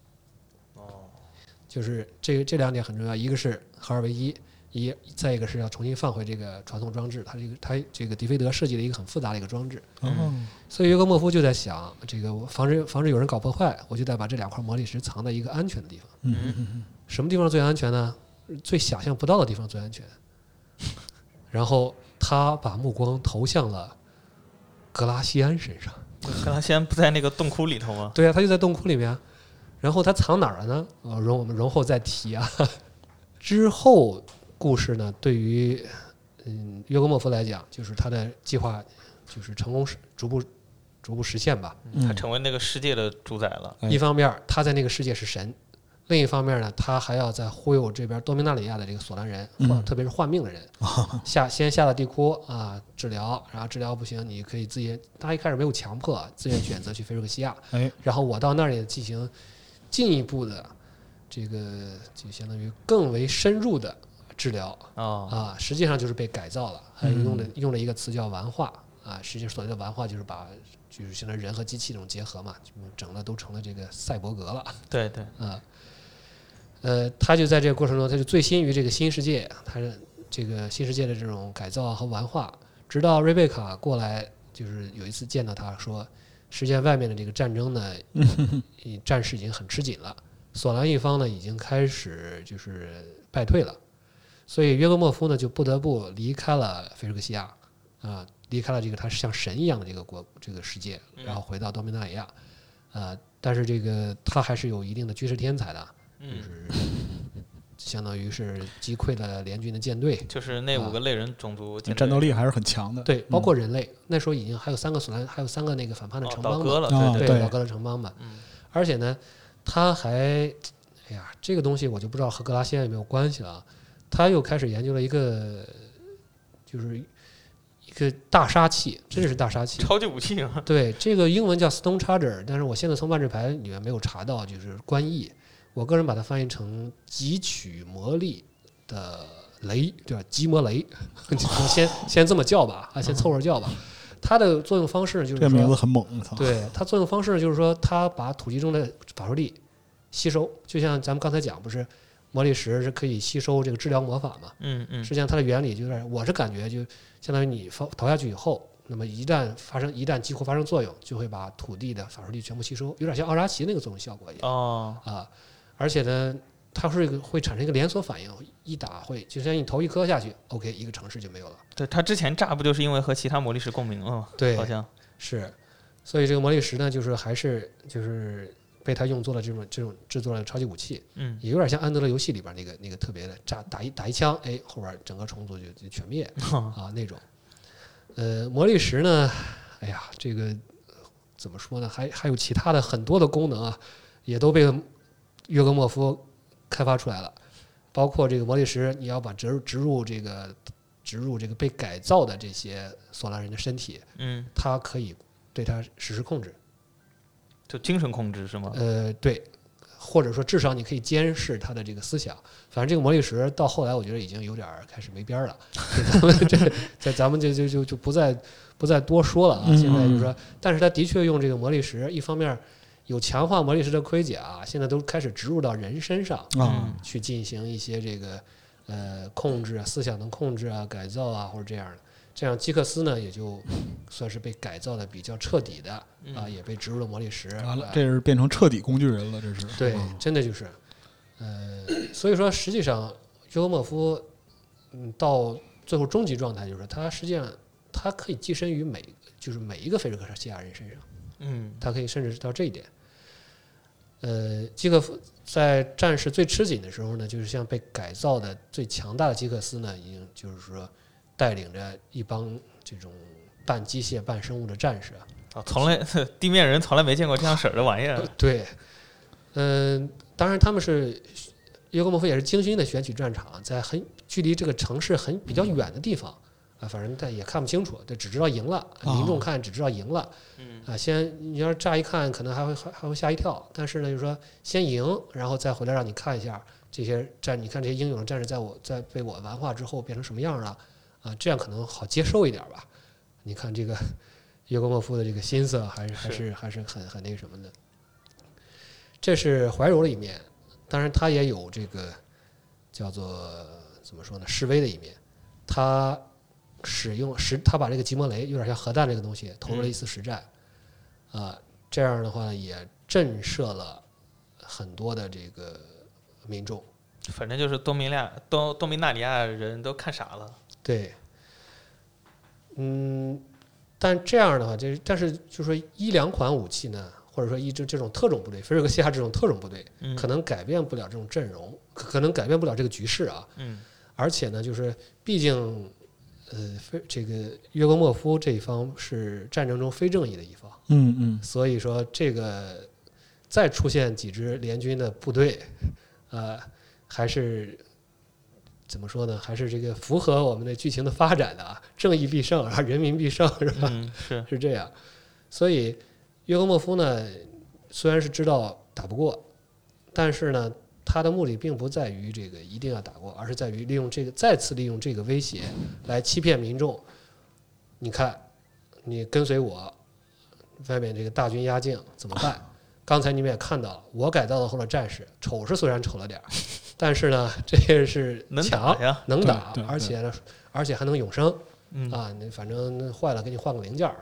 Speaker 3: 就是这2点很重要，一个是合2为1，再一个是要重新放回这个传送装置，它这个迪菲德设计了一个很复杂的一个装置，所以约格莫夫就在想，这个防止有人搞破坏，我就得把这2块魔力石藏在一个安全的地方。什么地方最安全呢？最想象不到的地方最安全。然后他把目光投向了格拉西安身上。
Speaker 1: 格拉西安不在那个洞窟里头吗？
Speaker 3: 对啊，他就在洞窟里面。然后他藏哪儿了呢？我们容后再提啊。之后故事呢，对于约格莫夫来讲，就是他的计划就是成功逐步实现吧。
Speaker 1: 他成为那个世界的主宰了。
Speaker 3: 一方面他在那个世界是神，另一方面呢，他还要在忽悠这边多米纳里亚的这个索兰人，特别是患病的人，先下到地窟治疗，然后治疗不行，你可以自己，他一开始没有强迫，自愿选择去菲瑞克西亚，然后我到那里进行进一步的这个就相当于更为深入的治疗实际上就是被改造了，还用了一个词叫玩化实际上所谓的玩化就是现在人和机器这种结合嘛，整了都成了这个赛博格了。
Speaker 1: 对
Speaker 3: 他就在这个过程中，他就醉心于这个新世界，他这个新世界的这种改造和玩化，直到瑞贝卡过来，就是有一次见到他说，世界外面的这个战争呢，战事已经很吃紧了， 索兰一方呢已经开始就是败退了，所以约格莫夫呢就不得不离开了菲尔克西亚离开了这个他像神一样的这个世界，然后回到多米纳里亚但是这个他还是有一定的军事天才的，就是相当于是击溃了联军的舰队，
Speaker 1: 就是那5个类人种族舰队
Speaker 2: 战斗力还是很强的。
Speaker 3: 对，包括人类，那时候已经还有3个索兰，还有3个那个反叛的城邦嘛，
Speaker 1: 倒戈了，
Speaker 3: 对，倒戈的城邦嘛。而且呢，他还，哎呀，这个东西我就不知道和格拉西安有没有关系了啊。他又开始研究了一个，就是一个大杀器，真的是大杀器，
Speaker 1: 超级武器啊。
Speaker 3: 对，这个英文叫 Stone Charger， 但是我现在从万智牌里面没有查到就是官译。我个人把它翻译成汲取魔力的雷，对吧？极魔雷，先这么叫吧，先凑合叫吧。它的作用方式就是说，
Speaker 2: 这个名字很猛。
Speaker 3: 对，它作用方式就是说，它把土地中的法术力吸收，就像咱们刚才讲，不是魔力石是可以吸收这个治疗魔法嘛？实际上它的原理就有点，我是感觉就相当于你投下去以后，那么一旦激活发生作用，就会把土地的法术力全部吸收，有点像奥扎奇那个作用效果一样而且呢，它会产生一个连锁反应，一打会就像你投一颗下去 ，OK， 一个城市就没有了。
Speaker 1: 对，它之前炸不就是因为和其他魔力石共鸣了吗？
Speaker 3: 对，
Speaker 1: 好像
Speaker 3: 是。所以这个魔力石呢，就是还是就是被他用作了这种制作了超级武器，也有点像安德勒游戏里边那个特别的打一枪，哎，后边整个虫族就全灭那种。魔力石呢，哎呀，这个怎么说呢？还有其他的很多的功能啊，也都被约格莫夫开发出来了，包括这个魔力石，你要把植入这个被改造的这些索兰人的身体，它可以对它实施控制，
Speaker 1: 就精神控制是吗？
Speaker 3: 对，或者说至少你可以监视他的这个思想。反正这个魔力石到后来，我觉得已经有点开始没边了。咱们就不再多说了啊。现在就是说，但是他的确用这个魔力石，一方面有强化魔力石的盔甲，现在都开始植入到人身上去进行一些这个控制啊、思想的控制啊、改造啊，或者这样的。这样基克斯呢，也就算是被改造的比较彻底的也被植入了魔力石。
Speaker 2: 这是变成彻底工具人了，这是。
Speaker 3: 对，真的就是，所以说实际上约格莫夫，到最后终极状态就是他实际上他可以寄身于每一个菲尔克西亚人身上，他可以甚至是到这一点。基克夫在战事最吃紧的时候呢，就是像被改造的最强大的基克斯呢，已经就是说带领着一帮这种半机械半生物的战士
Speaker 1: 从来地面人从来没见过这样式儿的玩意儿。
Speaker 3: 对，当然他们是约格莫夫也是精心的选取战场，在距离这个城市比较远的地方反正但也看不清楚，对，只知道赢了，民众看只知道赢了，先你要是乍一看可能还会吓一跳，但是呢就是说先赢，然后再回来让你看一下这些你看这些英勇的战士在被我完化之后变成什么样了这样可能好接受一点吧。你看这个约格莫夫的这个心思还是很那个什么的。这是怀柔的一面，当然他也有这个叫做怎么说呢，示威的一面。他把这个吉摩雷有点像核弹这个东西投入了一次实战这样的话也震慑了很多的这个民众。
Speaker 1: 反正就是多米纳里亚人都看傻了。
Speaker 3: 对，但这样的话，但是就是说1-2款武器呢，或者说这种特种部队，菲尔克西亚这种特种部队，可能改变不了这种阵容，可能改变不了这个局势而且呢，就是毕竟这个约格莫夫这一方是战争中非正义的一方，所以说这个再出现几支联军的部队，还是怎么说呢？还是这个符合我们的剧情的发展的正义必胜，人民必胜，是吧？是这样。所以约格莫夫呢，虽然是知道打不过，但是呢，他的目的并不在于这个一定要打过，而是在于再次利用这个威胁来欺骗民众。你看，你跟随我，外面这个大军压境怎么办？刚才你们也看到了，我改造后的战士丑是虽然丑了点，但是呢，这些是强能打，而且还能永生你反正坏了给你换个零件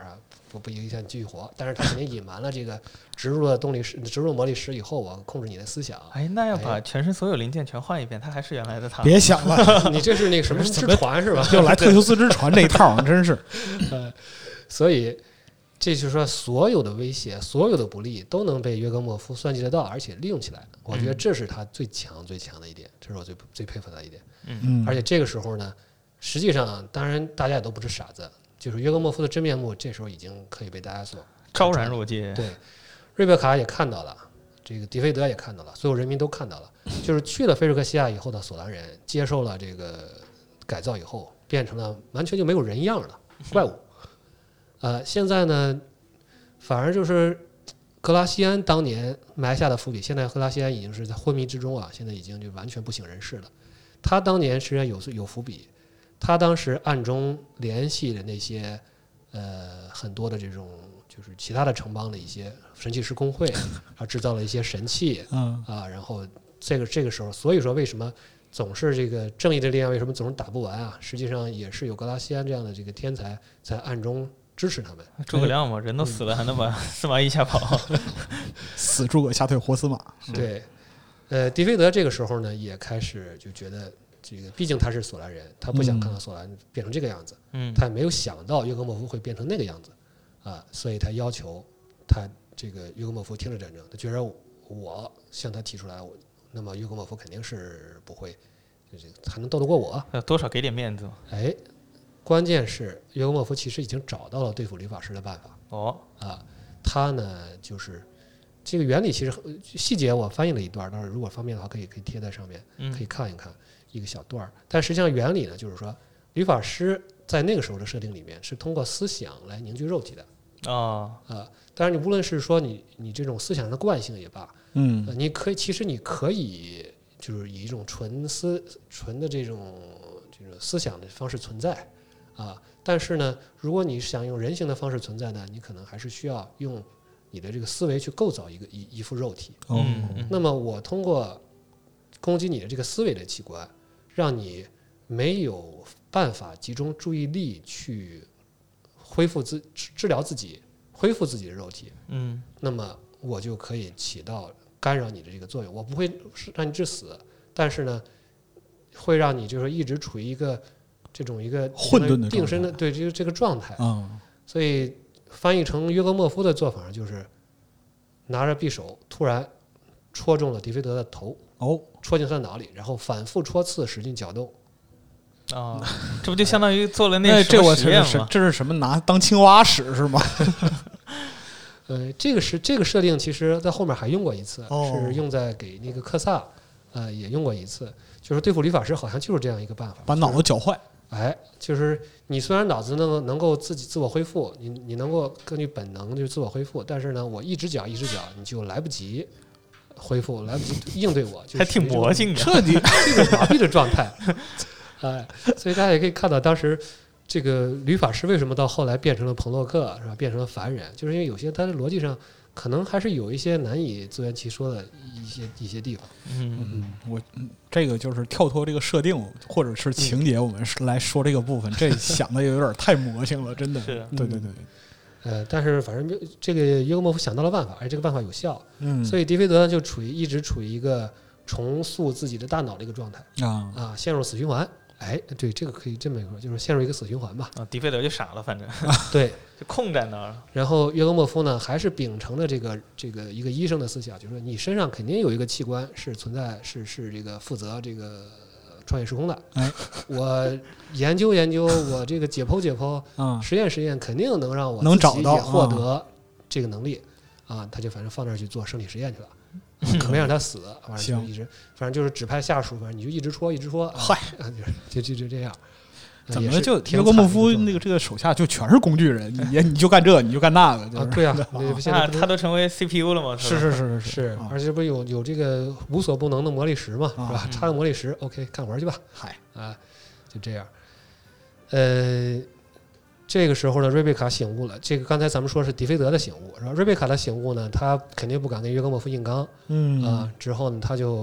Speaker 3: 不影响你继续活，但是他肯定隐瞒了这个植入了魔力石以后，我控制你的思想。
Speaker 1: 哎，那要把全身所有零件全换一遍，他还是原来的他？
Speaker 2: 别想了，
Speaker 3: 你这是那个什么之船是吧？
Speaker 2: 又来特修斯之船这一套，真是。
Speaker 3: 所以这就是说，所有的威胁、所有的不利都能被约格莫夫算计得到，而且利用起来。我觉得这是他最强的一点，这是我最佩服他的一点。而且这个时候呢，实际上当然大家也都不是傻子，就是约格莫夫的真面目，这时候已经可以被大家所
Speaker 1: 昭然若揭。
Speaker 3: 对，瑞贝卡也看到了，这个迪菲德也看到了，所有人民都看到了，就是去了菲尔克西亚以后的索兰人，接受了这个改造以后，变成了完全就没有人样了怪物。现在呢，反而就是格拉西安当年埋下的伏笔，现在格拉西安已经是在昏迷之中啊，现在已经就完全不省人事了。他当年实际上有伏笔，他当时暗中联系的那些很多的这种就是其他的城邦的一些神器师工会，然后制造了一些神器，然后这个时候，所以说为什么总是这个正义的力量为什么总是打不完啊？实际上也是有格拉西安这样的这个天才在暗中支持他们。
Speaker 1: 诸葛亮嘛，人都死了还能把司马懿吓跑，
Speaker 2: 死诸葛吓退活司马。
Speaker 3: 对，迪菲德这个时候呢也开始就觉得这个，毕竟他是索兰人，他不想看到索兰变成这个样子，他也没有想到约格莫夫会变成那个样子所以他要求他这个约格莫夫停止战争，他觉得我向他提出来，那么约格莫夫肯定是不会，还能斗得过我？
Speaker 1: 多少给点面子。
Speaker 3: 哎，关键是约格莫夫其实已经找到了对付吕法师的办法。他呢就是这个原理，其实细节我翻译了一段，当然如果方便的话可以贴在上面，可以看一看一个小段。但实际上原理呢，就是说吕法师在那个时候的设定里面是通过思想来凝聚肉体的。当然你无论是说你这种思想的惯性也罢，其实你可以就是以一种纯的这种思想的方式存在但是呢，如果你想用人形的方式存在呢，你可能还是需要用你的这个思维去构造一副肉体。那么我通过攻击你的这个思维的器官，让你没有办法集中注意力去恢复治疗自己，恢复自己的肉体。那么我就可以起到干扰你的这个作用。我不会让你致死，但是呢，会让你就是一直处于一个
Speaker 2: 混沌的
Speaker 3: 定身的这个状态。所以翻译成约格莫夫的做法就是拿着匕首突然戳中了迪菲德的头，戳进他的脑里，然后反复戳刺，使劲搅动。
Speaker 1: 这不就相当于做了那
Speaker 2: 什么
Speaker 1: 实验吗？
Speaker 2: 这是什么拿当青蛙使是吗？
Speaker 3: 这个设定其实在后面还用过一次，是用在给那个克萨，也用过一次，就是对付吕法师好像就是这样一个办法，
Speaker 2: 把脑子搅坏。
Speaker 3: 就是你虽然脑子能够自我恢复，你能够根据本能就自我恢复，但是呢，我一只脚你就来不及恢复，来不及应对我，
Speaker 1: 还挺魔性的，
Speaker 2: 彻底
Speaker 3: 这个麻痹的状态。所以大家也可以看到，当时这个吕法师为什么到后来变成了彭洛克，是吧？变成了凡人，就是因为有些他的逻辑上可能还是有一些难以自圆其说的一些地方。
Speaker 2: 我这个就是跳脱这个设定或者是情节，我们来说这个部分，这想的有点太魔性了，真的。
Speaker 1: 是，
Speaker 3: 对。但是反正这个约格莫夫想到了办法，而这个办法有效。所以迪菲德就一直处于一个重塑自己的大脑的一个状态陷入死循环。对，这个可以这么说，就是陷入一个死循环吧。
Speaker 1: 迪菲德就傻了，反正
Speaker 3: 对，
Speaker 1: 就空在那儿。
Speaker 3: 然后约格莫夫呢，还是秉承了这个一个医生的思想，就是说你身上肯定有一个器官是存在，是这个负责这个穿越时空的。我研究，我这个解剖，实验，肯定能让我
Speaker 2: 能找到
Speaker 3: 获得这个能力他就反正放那儿去做生理实验去了。可没让他死，反正就是指派下属，反正你就一直戳，就这样。
Speaker 2: 怎么就约格莫夫这个手下就全是工具人？你就干这，你就干那个，
Speaker 3: 对啊，现在
Speaker 1: 他都成为 CPU 了吗？
Speaker 2: 是，
Speaker 3: 而且不是有这个无所不能的魔力石嘛，是吧？插个魔力石 ，OK， 干活去吧。就这样。这个时候呢，瑞贝卡醒悟了。这个刚才咱们说是迪菲德的醒悟，是吧？瑞贝卡的醒悟呢，他肯定不敢跟约格莫夫硬刚。之后呢，他就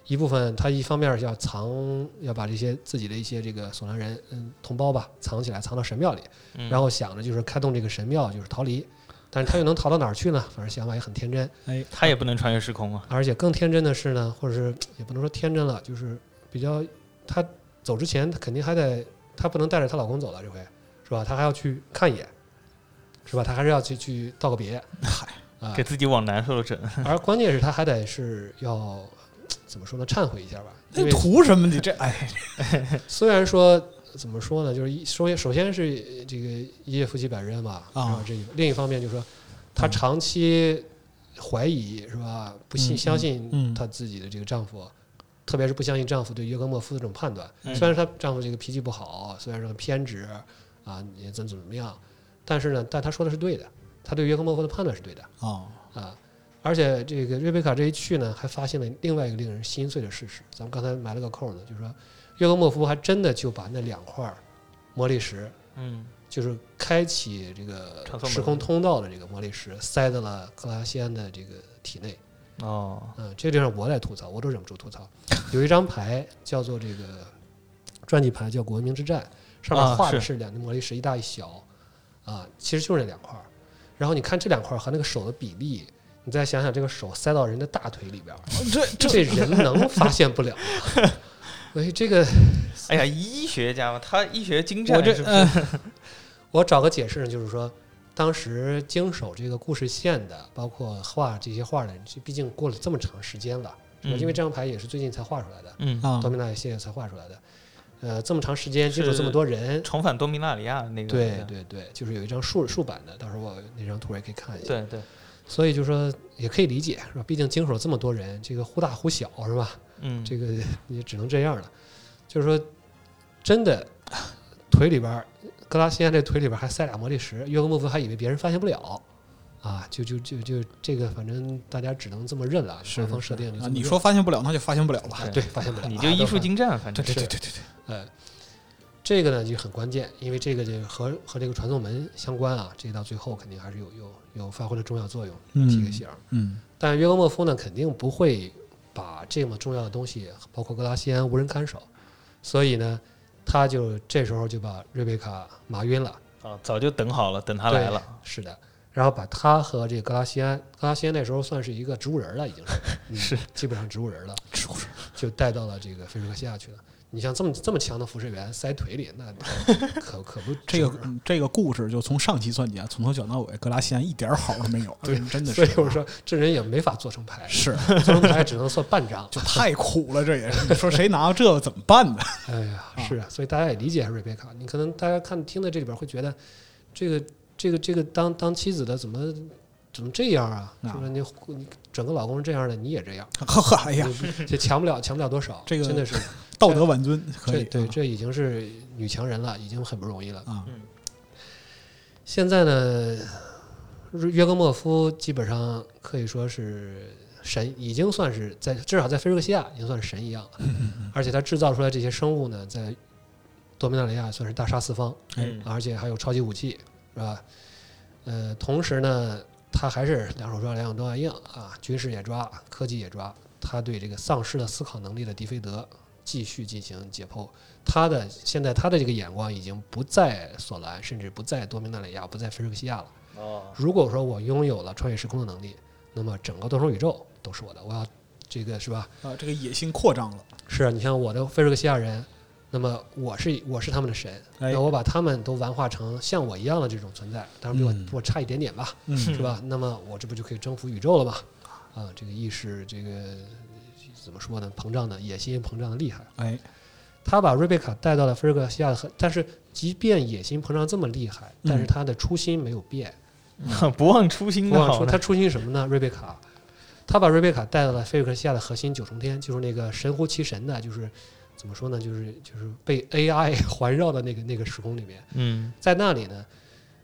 Speaker 3: 一部分他一方面要要把这些自己的一些这个索兰人同胞吧藏起来，藏到神庙里，然后想着就是开动这个神庙就是逃离，但是他又能逃到哪儿去呢？反正想法也很天真。
Speaker 1: 他也不能穿越时空啊。
Speaker 3: 而且更天真的是呢，或者是也不能说天真了，就是比较他走之前他肯定还得，他不能带着她老公走了，这回是吧？他还要去看一眼，是吧？他还是要去道个别，
Speaker 1: 给自己往难受了整。
Speaker 3: 而关键是他还得是要怎么说呢？忏悔一下吧。因为
Speaker 2: 图什么？你这
Speaker 3: 虽然说怎么说呢，就是首先是这个一夜夫妻百日恩嘛，另一方面就是说她长期怀疑是吧？不相信她自己的这个丈夫，特别是不相信丈夫对约格莫夫的这种判断。虽然她丈夫这个脾气不好，虽然是个偏执啊，也怎么样，但是呢，但她说的是对的，她对约格莫夫的判断是对的而且这个瑞贝卡这一去呢，还发现了另外一个令人心碎的事实。咱们刚才埋了个扣呢，就是说约格莫夫还真的就把那2块魔力石，就是开启这个时空通道的这个魔力石，塞到了格拉西安的这个体内。这个地方我在吐槽，我都忍不住吐槽。有一张牌叫做这个传记牌，叫古文明之战，上面画的是2个魔力石，一大一小其实就是那2块。然后你看这2块和那个手的比例，你再想想这个手塞到人的大腿里边，这人能发现不了吗？所以这个，
Speaker 1: 哎呀，医学家嘛，他医学精湛，是不是？
Speaker 3: 我找个解释呢，就是说，当时经手这个故事线的，包括画这些画的人，毕竟过了这么长时间了，因为这张牌也是最近才画出来的，多米纳里系列才画出来的。这么长时间经手这么多人，
Speaker 1: 重返多米纳里亚那个，
Speaker 3: 对，就是有一张竖版的，到时候我那张图也可以看一下。
Speaker 1: 对。
Speaker 3: 所以就说也可以理解是吧？毕竟经手这么多人，这个忽大忽小是吧？这个也只能这样了。就是说，真的腿里边，格拉西安这腿里边还塞俩魔力石，约格莫夫还以为别人发现不了就这个，反正大家只能这么认了。官方设定
Speaker 2: 你说发现不了，那就发现不了吧？
Speaker 3: 对，发现不了。
Speaker 1: 你就医术精湛，反正
Speaker 3: 对。这个呢就很关键，因为这个就和这个传送门相关这个到最后肯定还是有发挥了重要作用，提个醒。但约格莫夫呢肯定不会把这么重要的东西，包括格拉西安无人看守，所以呢，他就这时候就把瑞贝卡麻晕了。
Speaker 1: 早就等好了，等他来了。
Speaker 3: 是的，然后把他和这个格拉西安那时候算是一个植物人了，已经是基本上植物人了，就带到了这个菲尔克西亚去了。你像这么强的辐射源塞腿里，那可不
Speaker 2: 这个故事就从上期算起从头讲到尾，格拉西安一点好都没有。
Speaker 3: 对，
Speaker 2: 真的是。
Speaker 3: 所以我说这人也没法做成牌，
Speaker 2: 是
Speaker 3: 做成牌只能算半张，
Speaker 2: 就太苦了。这也是你说谁拿到这个怎么办呢？
Speaker 3: 哎呀，是啊，所以大家也理解瑞贝卡。你可能大家听到这里边会觉得，这个当妻子的怎么这样啊？就是你整个老公是这样的，你也这样。
Speaker 2: 哎呀，
Speaker 3: 这强不了多少。
Speaker 2: 这个
Speaker 3: 真的是
Speaker 2: 道德晚尊，可以。
Speaker 3: 对，这已经是女强人了，已经很不容易了现在呢，约格莫夫基本上可以说是神，已经算是至少在菲尔克西亚已经算是神一样了。而且他制造出来这些生物呢，在多米纳里亚算是大杀四方，而且还有超级武器，是吧？同时呢，他还是两手抓，两手都要硬军事也抓，科技也抓。他对这个丧失了思考能力的迪菲德继续进行解剖。现在他的这个眼光已经不在索兰，甚至不在多米纳里亚，不在菲尔克西亚了。如果说我拥有了穿越时空的能力，那么整个多重宇宙都是我的。我要这个是吧？
Speaker 2: 这个野心扩张了。
Speaker 3: 是你像我的菲尔克西亚人，那么我是他们的神，那我把他们都完化成像我一样的这种存在，当然比我差一点点吧，是吧？那么我这不就可以征服宇宙了吗？这个意识，这个怎么说呢？膨胀的野心，膨胀的厉害。他把瑞贝卡带到了菲尔克西亚但是即便野心膨胀这么厉害，但是他的初心没有变，
Speaker 1: 不忘初心的好。
Speaker 3: 他初心什么呢？瑞贝卡，他把瑞贝卡带到了菲尔克西亚的核心九重天，就是那个神乎其神的，就是怎么说呢？就是被 AI 环绕的那个时空里面。在那里呢，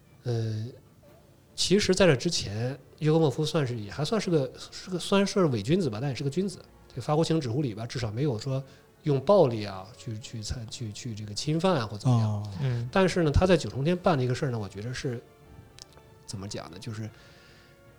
Speaker 3: 其实在这之前，约格莫夫也还算是个虽然是伪君子吧，但也是个君子。这个法国情指挥里边至少没有说用暴力去这个侵犯或怎么样。但是呢，他在九重天办的一个事儿呢，我觉得是怎么讲呢？就是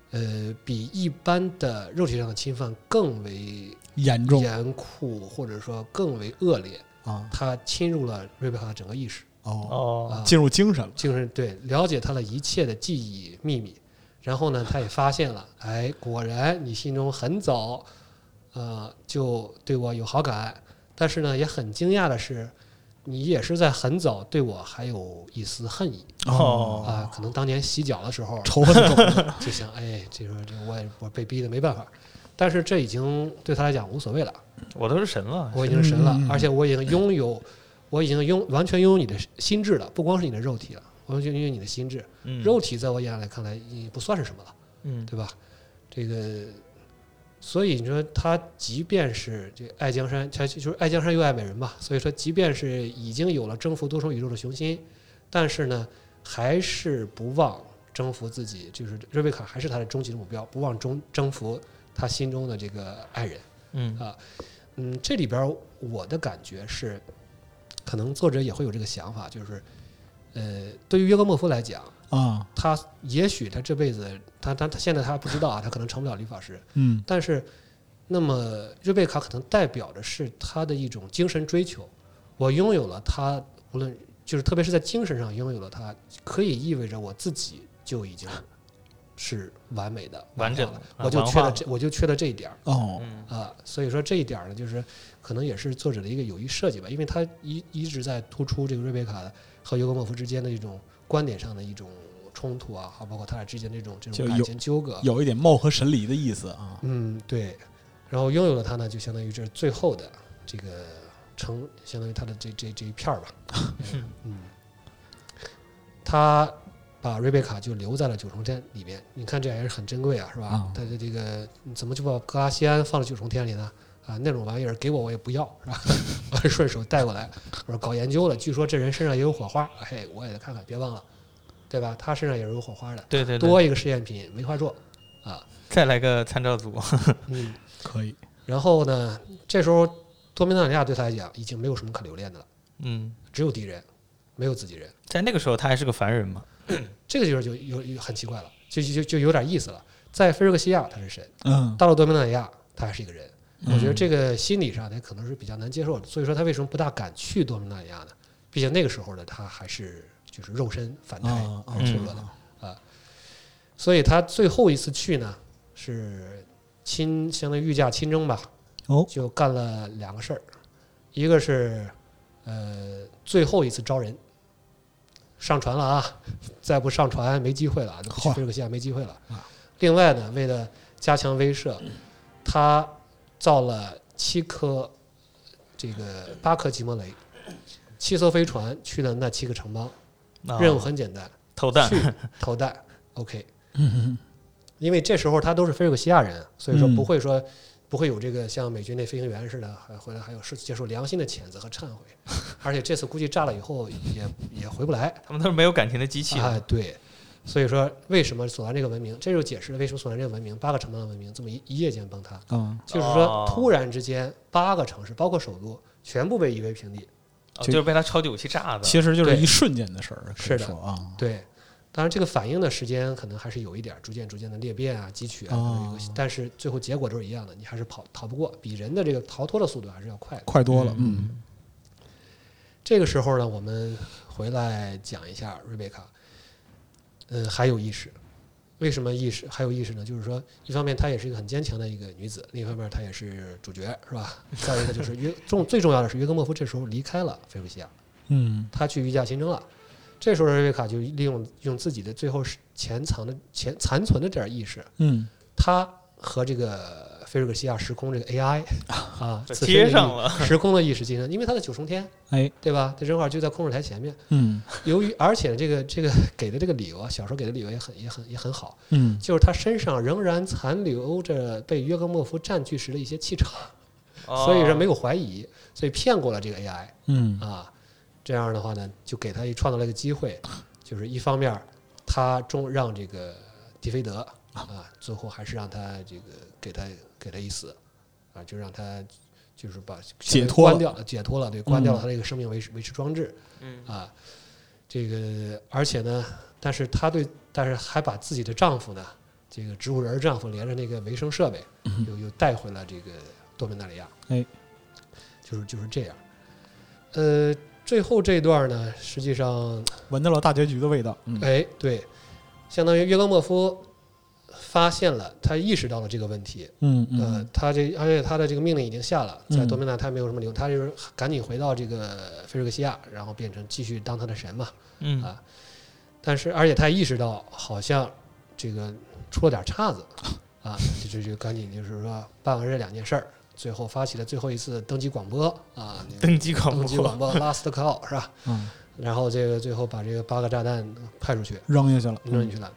Speaker 3: 比一般的肉体上的侵犯更为
Speaker 2: 严重
Speaker 3: 严酷，或者说更为恶劣
Speaker 2: 啊，
Speaker 3: 他侵入了瑞贝卡的整个意识。
Speaker 2: 进入精神了，
Speaker 3: 精神，对，了解他的一切的记忆秘密。然后呢，他也发现了，哎，果然你心中很早就对我有好感，但是呢，也很惊讶的是，你也是在很早对我还有一丝恨意可能当年洗脚的时候
Speaker 2: 仇恨重
Speaker 3: 就想，哎，这说这我被逼的没办法，但是这已经对他来讲无所谓了，
Speaker 1: 我都是神了，
Speaker 3: 我已经是神了，而且我已经完全拥有你的心智了，不光是你的肉体了，我完全拥有你的心智。肉体在我眼里看来也不算是什么了，对吧？这个，所以你说他即便是这爱江山，他就是爱江山又爱美人嘛。所以说，即便是已经有了征服多重宇宙的雄心，但是呢，还是不忘征服自己，就是瑞贝卡还是他的终极的目标，不忘征服他心中的这个爱人。这里边我的感觉是，可能作者也会有这个想法，就是对于约格莫夫来讲他也许他这辈子他现在他不知道他可能成不了理发师，但是那么瑞贝卡可能代表的是他的一种精神追求，我拥有了他，无论就是特别是在精神上拥有了它，可以意味着我自己就已经是完美的、
Speaker 1: 完整的，
Speaker 3: 我就缺了这一点所以说这一点呢，就是可能也是作者的一个有意设计吧，因为他一直在突出这个瑞贝卡和尤格莫夫之间的一种观点上的一种冲突啊，包括他俩之间这种感情纠葛，
Speaker 2: 有一点貌合神离的意思啊。
Speaker 3: 对。然后拥有了它呢，就相当于这是最后的这个相当于他的这一片吧。他把瑞贝卡就留在了九重天里面，你看这还是很珍贵啊，是吧？他的这个怎么就把格拉西安放到九重天里呢？那种玩意儿给我也不要，是吧？我顺手带过来，我说搞研究了，据说这人身上也有火花，嘿，我也得看看，别忘了，对吧？他身上也是有火花的，
Speaker 1: 对，
Speaker 3: 多一个试验品没话做啊。
Speaker 1: 再来个参照组，
Speaker 2: 可以。
Speaker 3: 然后呢，这时候多米纳里亚对他来讲已经没有什么可留恋的了，只有敌人，没有自己人。在
Speaker 1: 那个时候，他还是个凡人嘛，
Speaker 3: 这个地方就有很奇怪了，就有点意思了。在菲尔克西亚他是神，到了多米纳里亚他还是一个人。我觉得这个心理上他可能是比较难接受的，所以说他为什么不大敢去多米纳里亚呢？毕竟那个时候的他还是就是肉身反态脆弱的所以他最后一次去呢是相当于御驾亲征吧，就干了2个事儿，一个是最后一次招人上船了啊，再不上船没机会了，去菲尔克西亚没机会了。另外呢，为了加强威慑，他造了8颗吉摩雷，7艘飞船去了那7个城邦，任务很简单，
Speaker 1: 投弹，
Speaker 3: 投弹 ，OK。因为这时候他都是菲尔克西亚人，所以说不会有这个像美军那飞行员似的，回来还有接受良心的谴责和忏悔，而且这次估计炸了以后也回不来，
Speaker 1: 他们都是没有感情的机器
Speaker 3: 对。所以说，为什么索兰这个文明，这就解释了为什么索兰这个文明8个城邦的文明这么一夜间崩塌。就是说，突然之间8个城市，包括首都，全部被夷为平地，
Speaker 1: 就是被他超级武器炸的。
Speaker 2: 其实就是一瞬间的事儿。
Speaker 3: 是的对。当然，这个反应的时间可能还是有一点，逐渐的裂变啊、汲取但是最后结果都是一样的，你还是逃不过，比人的这个逃脱的速度还是要快
Speaker 2: 多了。
Speaker 3: 这个时候呢，我们回来讲一下瑞贝卡。还有意识，为什么还有意识呢？就是说，一方面她也是一个很坚强的一个女子，另一方面她也是主角，是吧？再一个就是最重要的是约格莫夫这时候离开了菲尔克西亚，他去御驾亲征了。这时候瑞贝卡就利用自己的最后残存的这点意识，他和这个菲尔克西亚时空这个 AI
Speaker 1: 接上了
Speaker 3: 时空的意识进行，因为他在9重天，对吧？他正好就在控制台前面。而且这个给的这个理由啊，小说给的理由也很好，就是他身上仍然残留着被约格莫夫占据时的一些气场，所以说没有怀疑，所以骗过了这个 AI。这样的话呢，就给他创造了一个机会，就是一方面他让这个迪菲德最后还是让他这个给他一死就让他就是把解脱了，对，关掉了他这个生命维持装置这个而且呢，但是还把自己的丈夫呢这个植物人丈夫连着那个维生设备，又带回了这个多明纳里亚。
Speaker 2: 哎，
Speaker 3: 就是这样。最后这一段呢，实际上
Speaker 2: 闻到了大结局的味道。
Speaker 3: 哎，对，相当于约格莫夫发现了，他意识到了这个问题。而且他的这个命令已经下了，在多明纳他没有什么理由，他就是赶紧回到这个菲瑞克西亚，然后变成继续当他的神嘛。但是而且他也意识到好像这个出了点岔子啊，就赶紧就是说办完这2件事儿，最后发起了最后一次登基广播啊，
Speaker 1: 登基广
Speaker 3: 播 last call 是吧？然后这个最后把这个8个炸弹派出去，
Speaker 2: 扔下去了。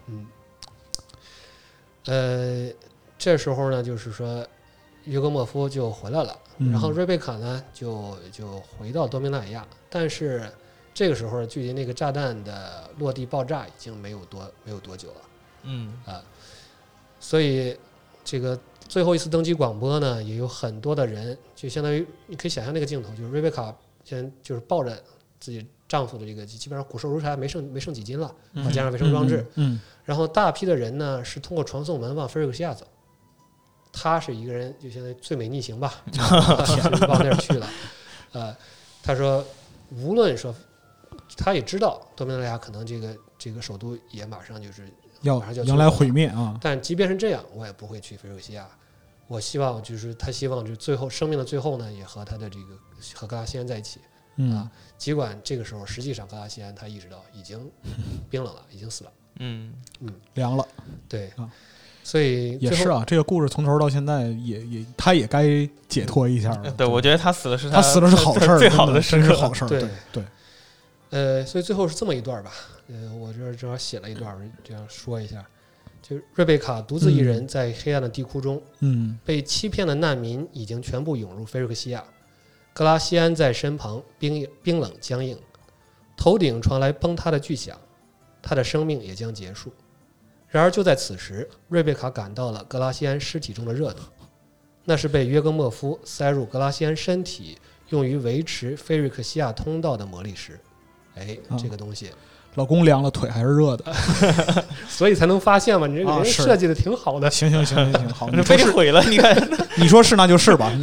Speaker 3: 这时候呢，就是说约格莫夫就回来了，然后瑞贝卡呢就回到多明纳里亚，但是这个时候距离那个炸弹的落地爆炸已经没有多久了。所以这个最后一次登基广播呢，也有很多的人，就相当于你可以想象那个镜头，就是瑞贝卡现在就是抱着自己丈夫的这个基本上骨瘦如柴，没剩几斤了，加上卫生装置，然后大批的人呢是通过传送门往菲瑞克西亚走，他是一个人就相当于最美逆行吧，往那儿去了。他说无论说他也知道多明纳里亚可能这个首都也马上就是
Speaker 2: 要迎来毁灭啊，
Speaker 3: 但即便是这样，我也不会去菲瑞克西亚。我希望就是他希望就最后生命的最后呢，也和他的这个和格拉西安在一起。尽管这个时候实际上格拉西安他意识到已经冰冷了，已经死了，
Speaker 2: 凉了。
Speaker 3: 对，所以
Speaker 2: 也是啊，这个故事从头到现在他也该解脱一下了。
Speaker 1: 对，我觉得他死了是
Speaker 2: 他死了是好事儿，
Speaker 1: 最好的时刻，
Speaker 2: 真是好事儿。
Speaker 3: 对。所以最后是这么一段吧。我这正好写了一段，这样说一下。就瑞贝卡独自一人在黑暗的地窟中，被欺骗的难民已经全部涌入菲瑞克西亚。格拉西安在身旁冰冷僵硬，头顶传来崩塌的巨响，他的生命也将结束。然而就在此时，瑞贝卡感到了格拉西安尸体中的热度，那是被约格莫夫塞入格拉西安身体用于维持菲瑞克西亚通道的魔力石。这个东西
Speaker 2: 老公凉了，腿还是热的，
Speaker 3: 所以才能发现嘛。你这个人设计的挺好的。
Speaker 2: 行，好，
Speaker 1: 你被毁了，你看，
Speaker 2: 你说是那就是吧。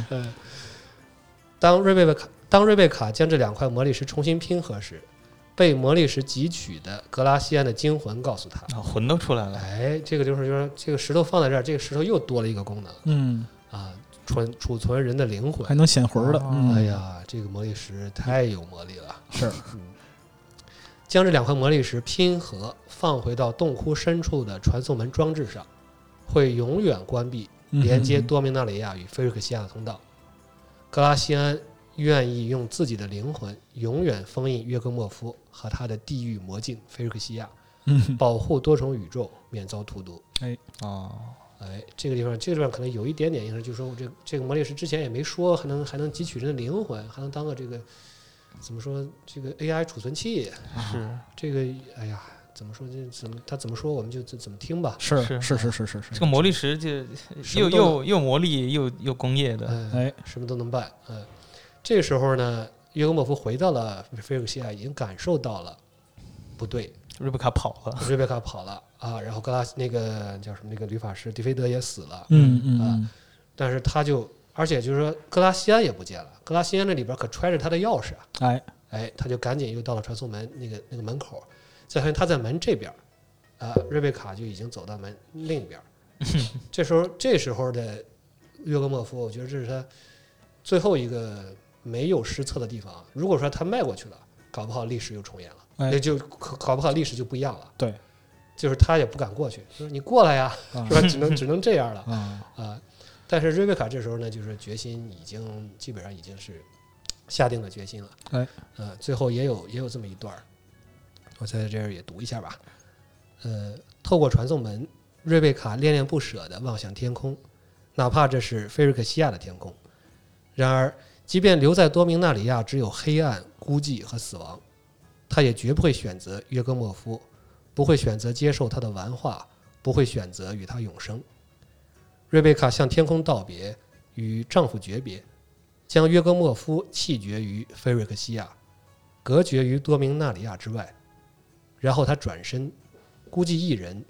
Speaker 3: 当瑞贝卡将这2块魔力石重新拼合时，被魔力石汲取的格拉西安的精魂告诉他，
Speaker 1: 魂都出来了。
Speaker 3: 这个就是说，这个石头放在这儿，这个石头又多了一个功能。储存人的灵魂，
Speaker 2: 还能显魂的。
Speaker 3: 哎呀，这个魔力石太有魔力了。
Speaker 2: 是。
Speaker 3: 将这2块魔力石拼合，放回到洞窟深处的传送门装置上，会永远关闭连接多明纳里亚与菲瑞克西亚的通道。格拉西安愿意用自己的灵魂永远封印约格莫夫和他的地狱魔镜菲瑞克西亚，保护多重宇宙免遭荼毒。这个地方可能有一点点意思，就是说这个魔力石之前也没说还能汲取人的灵魂，还能当个这个怎么说这个 AI 储存器。
Speaker 1: 是
Speaker 3: 这个哎呀，怎么说他怎么说我们就怎么听吧。
Speaker 2: 是。
Speaker 1: 这个魔力石就又魔力又工业的，
Speaker 3: 什么都能办。这个时候呢，约格莫夫回到了菲瑞克西亚，已经感受到了不对。
Speaker 1: 瑞贝卡跑了啊，然后格拉那个叫什么那个律法师迪菲德也死了。
Speaker 3: 但是而且就是说格拉西安也不见了，格拉西安那里边可揣着他的钥匙啊。他就赶紧又到了传送门那个门口，再发现他在门这边瑞贝卡就已经走到门另一边。这时候的约格莫夫，我觉得这是他最后一个没有失策的地方。如果说他迈过去了，搞不好历史又重演了，那就搞不好历史就不一样了。
Speaker 2: 对，
Speaker 3: 就是他也不敢过去，说你过来呀，是吧？只能这样了。但是瑞贝卡这时候呢，就是决心基本上已经是下定了决心了。最后也有这么一段，我在这儿也读一下吧。透过传送门，瑞贝卡恋恋不舍地望向天空，哪怕这是菲瑞克西亚的天空。然而，即便留在多明纳里亚只有黑暗、孤寂和死亡，他也绝不会选择约格莫夫，不会选择接受他的玩话，不会选择与他永生。瑞贝卡向天空道别，与丈夫诀别，将约格莫夫弃绝于菲瑞克西亚，隔绝于多明纳里亚之外。然后他转身，孤寂一人，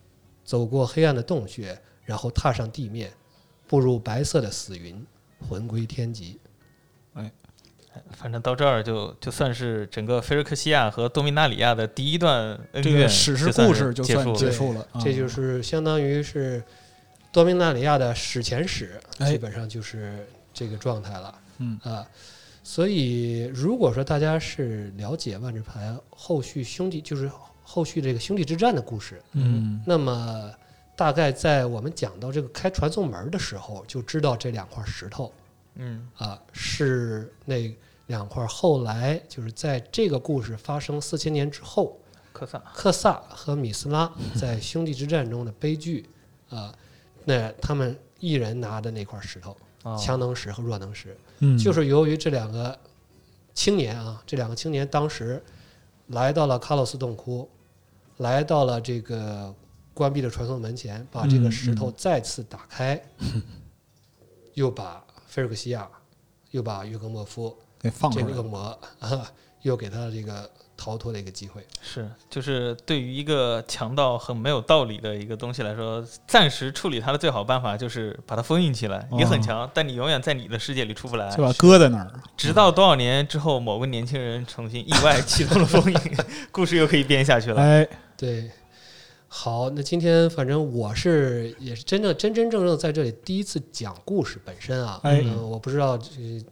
Speaker 3: 走过黑暗的洞穴，然后踏上地面，步入白色的死云，魂归天极。
Speaker 1: 反正到这儿就算是整个菲尔克西亚和多米纳里亚的第一段恩
Speaker 2: 这
Speaker 1: 怨
Speaker 2: 个史诗故事就算结束了。
Speaker 3: 这就是相当于是多米纳里亚的史前史，
Speaker 2: 哎
Speaker 3: 基本上就是这个状态了。所以如果说大家是了解万智牌后续这个兄弟之战的故事，那么大概在我们讲到这个开传送门的时候，就知道这2块石头，是那2块后来就是在这个故事发生4000年之后，克萨和米斯拉在兄弟之战中的悲剧那他们一人拿的那块石头，强能石和弱能石，就是由于这2个青年当时来到了喀洛斯洞窟，来到了这个关闭的传送门前，把这个石头再次打开，又把菲尔克西亚，又把约格莫夫
Speaker 2: 给放出来，
Speaker 3: 这个恶魔又给他这个逃脱的一个机会。
Speaker 1: 是，就是对于一个强到很没有道理的一个东西来说，暂时处理它的最好办法就是把它封印起来。你很强，但你永远在你的世界里出不来，
Speaker 2: 就把搁在那儿。
Speaker 1: 直到多少年之后，某个年轻人重新意外启动了封印，故事又可以编下去了。
Speaker 2: 哎，
Speaker 3: 对。好，那今天反正也是真正在这里第一次讲故事本身啊。我不知道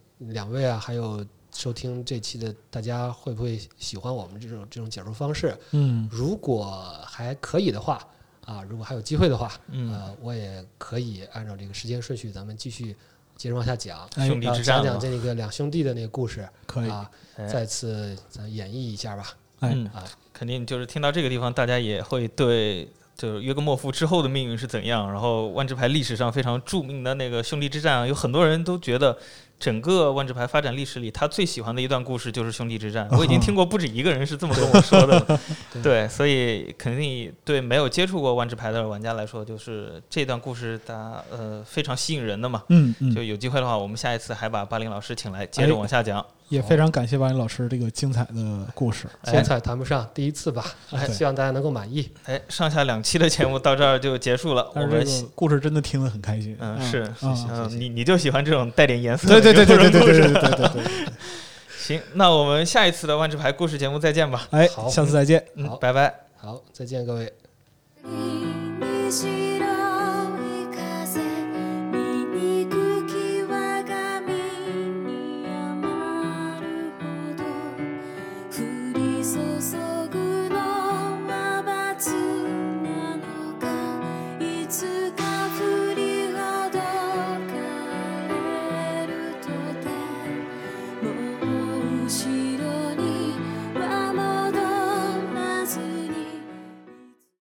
Speaker 3: 2位啊，还有收听这期的大家会不会喜欢我们这种解说方式？如果还可以的话如果还有机会的话，我也可以按照这个时间顺序，咱们继续接着往下讲，
Speaker 1: 兄弟之战，
Speaker 3: 讲这个2兄弟的那个故事，
Speaker 2: 可以
Speaker 3: 再次咱演绎一下吧。
Speaker 1: 肯定就是听到这个地方，大家也会对就是约格莫夫之后的命运是怎样，然后万智牌历史上非常著名的那个兄弟之战，有很多人都觉得整个万智牌发展历史里他最喜欢的一段故事就是兄弟之战。我已经听过不止一个人是这么跟我说的了。对，所以肯定对没有接触过万智牌的玩家来说，就是这段故事它非常吸引人的嘛。就有机会的话，我们下一次还把巴林老师请来接着往下讲。
Speaker 2: 也非常感谢巴林老师这个精彩的故事，
Speaker 3: 精彩谈不上，第一次吧，希望大家能够满意。
Speaker 1: 上下2期的节目到这儿就结束了。
Speaker 2: 我们故事真的听得很开心。
Speaker 1: 是，你就喜欢这种带点颜色
Speaker 2: 的
Speaker 1: 故事。
Speaker 2: 对。
Speaker 1: 行，那我们下一次的万智牌故事节目再见吧。
Speaker 2: 好，下次再见。
Speaker 1: 拜拜。
Speaker 3: 好，再见各位。